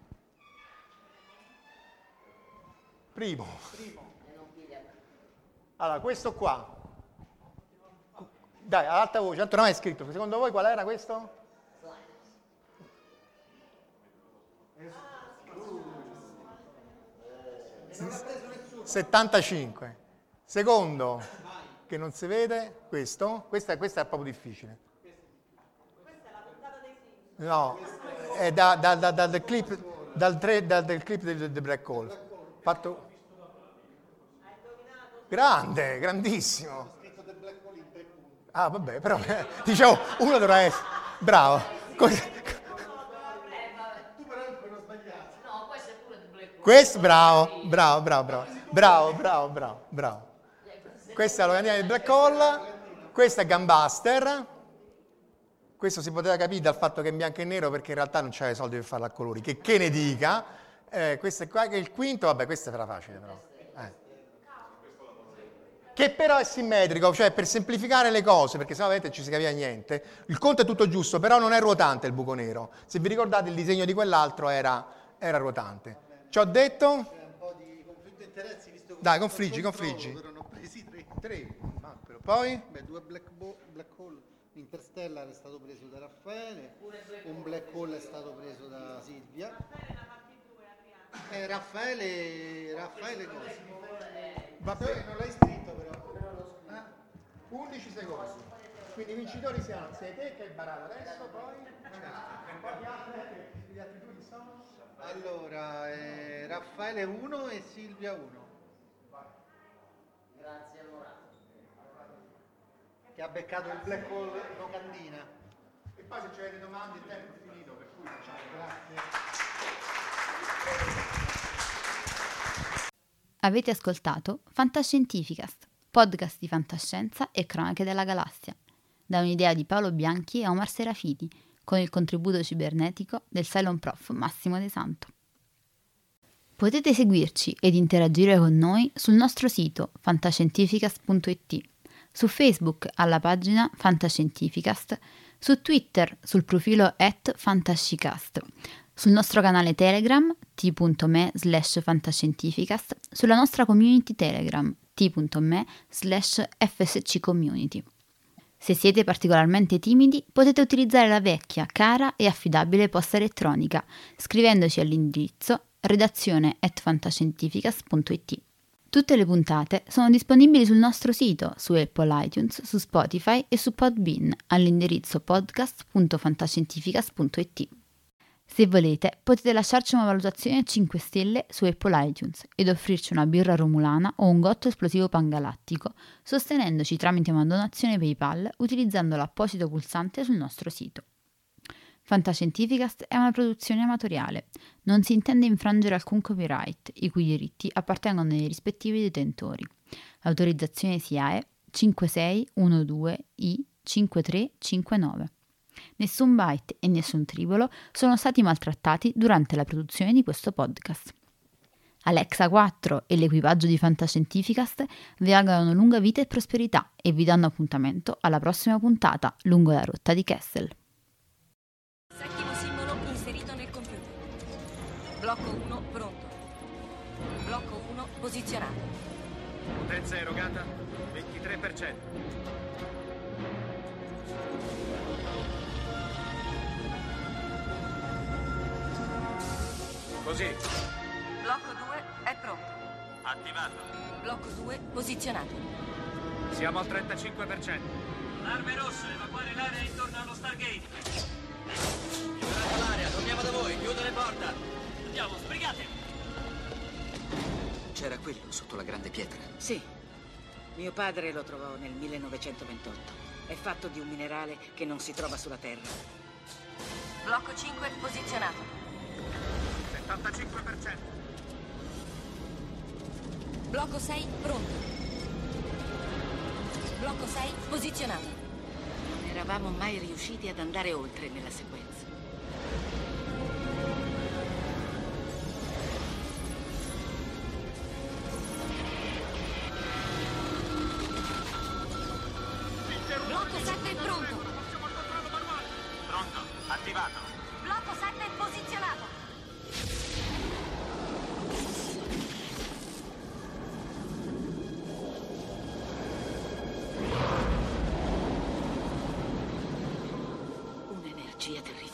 Primo. Primo. Allora, questo qua. Dai, ad alta voce, tanto non è scritto. Secondo voi qual era questo? settantacinque. Secondo, che non si vede, questo. Questo è, questo è proprio difficile. Questa è la puntata dei Simpson. No, è da, da, da, da, dal clip, dal, tre, da, del clip del, del Black Hole. Fatto... Grande, grandissimo. Ah, vabbè, però dicevo, uno dovrà essere bravo. Questo bravo, bravo, bravo, bravo. Bravo, bravo, bravo, bravo. Questa è la locandina del Black Hole, questa è Gunbuster. Questo si poteva capire dal fatto che è in bianco e nero perché in realtà non c'era i soldi per farla a colori. Che, che ne dica? Eh, questo è qua che è il quinto, vabbè, questo era facile però. Eh. Che però è simmetrico, cioè per semplificare le cose, perché sennò ovviamente ci si capiva niente. Il conto è tutto giusto, però non è ruotante il buco nero. Se vi ricordate il disegno di quell'altro era, era ruotante. Ci ho detto? C'è un po' di conflitto di interessi, visto che dai, confliggi, confliggi. erano presi tre. Tre. Ah, però poi? Beh, due black, bo- black hole. Interstellar è stato preso da Raffaele, un black hole è stato preso da Silvia. Eh, Raffaele, Raffaele cosa? Vabbè, non l'hai scritto però. eh? undici secondi. Quindi i vincitori siamo sei te che hai barato adesso, poi un po' di altri, gli altri due chi sono? Allora, eh, Raffaele uno e Silvia uno. Grazie allora. che ha beccato il black hole locandina. E poi se c'è delle domande il tempo è finito, per cui facciamo. Grazie. Avete ascoltato Fantascientificast, podcast di fantascienza e cronache della galassia, da un'idea di Paolo Bianchi e Omar Serafiti, con il contributo cibernetico del Cylon Prof Massimo De Santo. Potete seguirci ed interagire con noi sul nostro sito fantascientificast punto it, su Facebook alla pagina Fantascientificast, su Twitter sul profilo at fantascicast, sul nostro canale Telegram t.me slash fantascientificast, sulla nostra community Telegram t.me slash fsccommunity. Se siete particolarmente timidi, potete utilizzare la vecchia, cara e affidabile posta elettronica, scrivendoci all'indirizzo redazione at fantascientificast punto it. Tutte le puntate sono disponibili sul nostro sito, su Apple iTunes, su Spotify e su Podbean, all'indirizzo podcast punto fantascientificast punto it. Se volete, potete lasciarci una valutazione a cinque stelle su Apple iTunes ed offrirci una birra romulana o un gotto esplosivo pangalattico, sostenendoci tramite una donazione PayPal utilizzando l'apposito pulsante sul nostro sito. Fantascientificast è una produzione amatoriale. Non si intende infrangere alcun copyright, i cui diritti appartengono ai rispettivi detentori. L'autorizzazione S I A E cinque sei uno due I cinque tre cinque nove. Nessun byte e nessun tribolo sono stati maltrattati durante la produzione di questo podcast. Alexa quattro e l'equipaggio di Fantascientificast vi augurano lunga vita e prosperità e vi danno appuntamento alla prossima puntata lungo la rotta di Kessel. Settimo simbolo inserito nel computer. Blocco uno pronto. Blocco uno posizionato. Potenza erogata ventitré per cento. Così. Blocco due è pronto. Attivato. Blocco due posizionato. Siamo al trentacinque per cento. Arme rosse, evacuare l'area intorno allo Stargate. Liberate l'area, torniamo da voi, chiudo le porte. Andiamo, sbrigate! C'era quello sotto la grande pietra. Sì. Mio padre lo trovò nel millenovecentoventotto. È fatto di un minerale che non si trova sulla Terra. Blocco cinque posizionato. settantacinque per cento. Blocco sei pronto. Blocco sei posizionato. Non eravamo mai riusciti ad andare oltre nella sequenza. Blocco sette pronto. Pronto, attivato. Blocco sette posizionato. Un'energia terribile.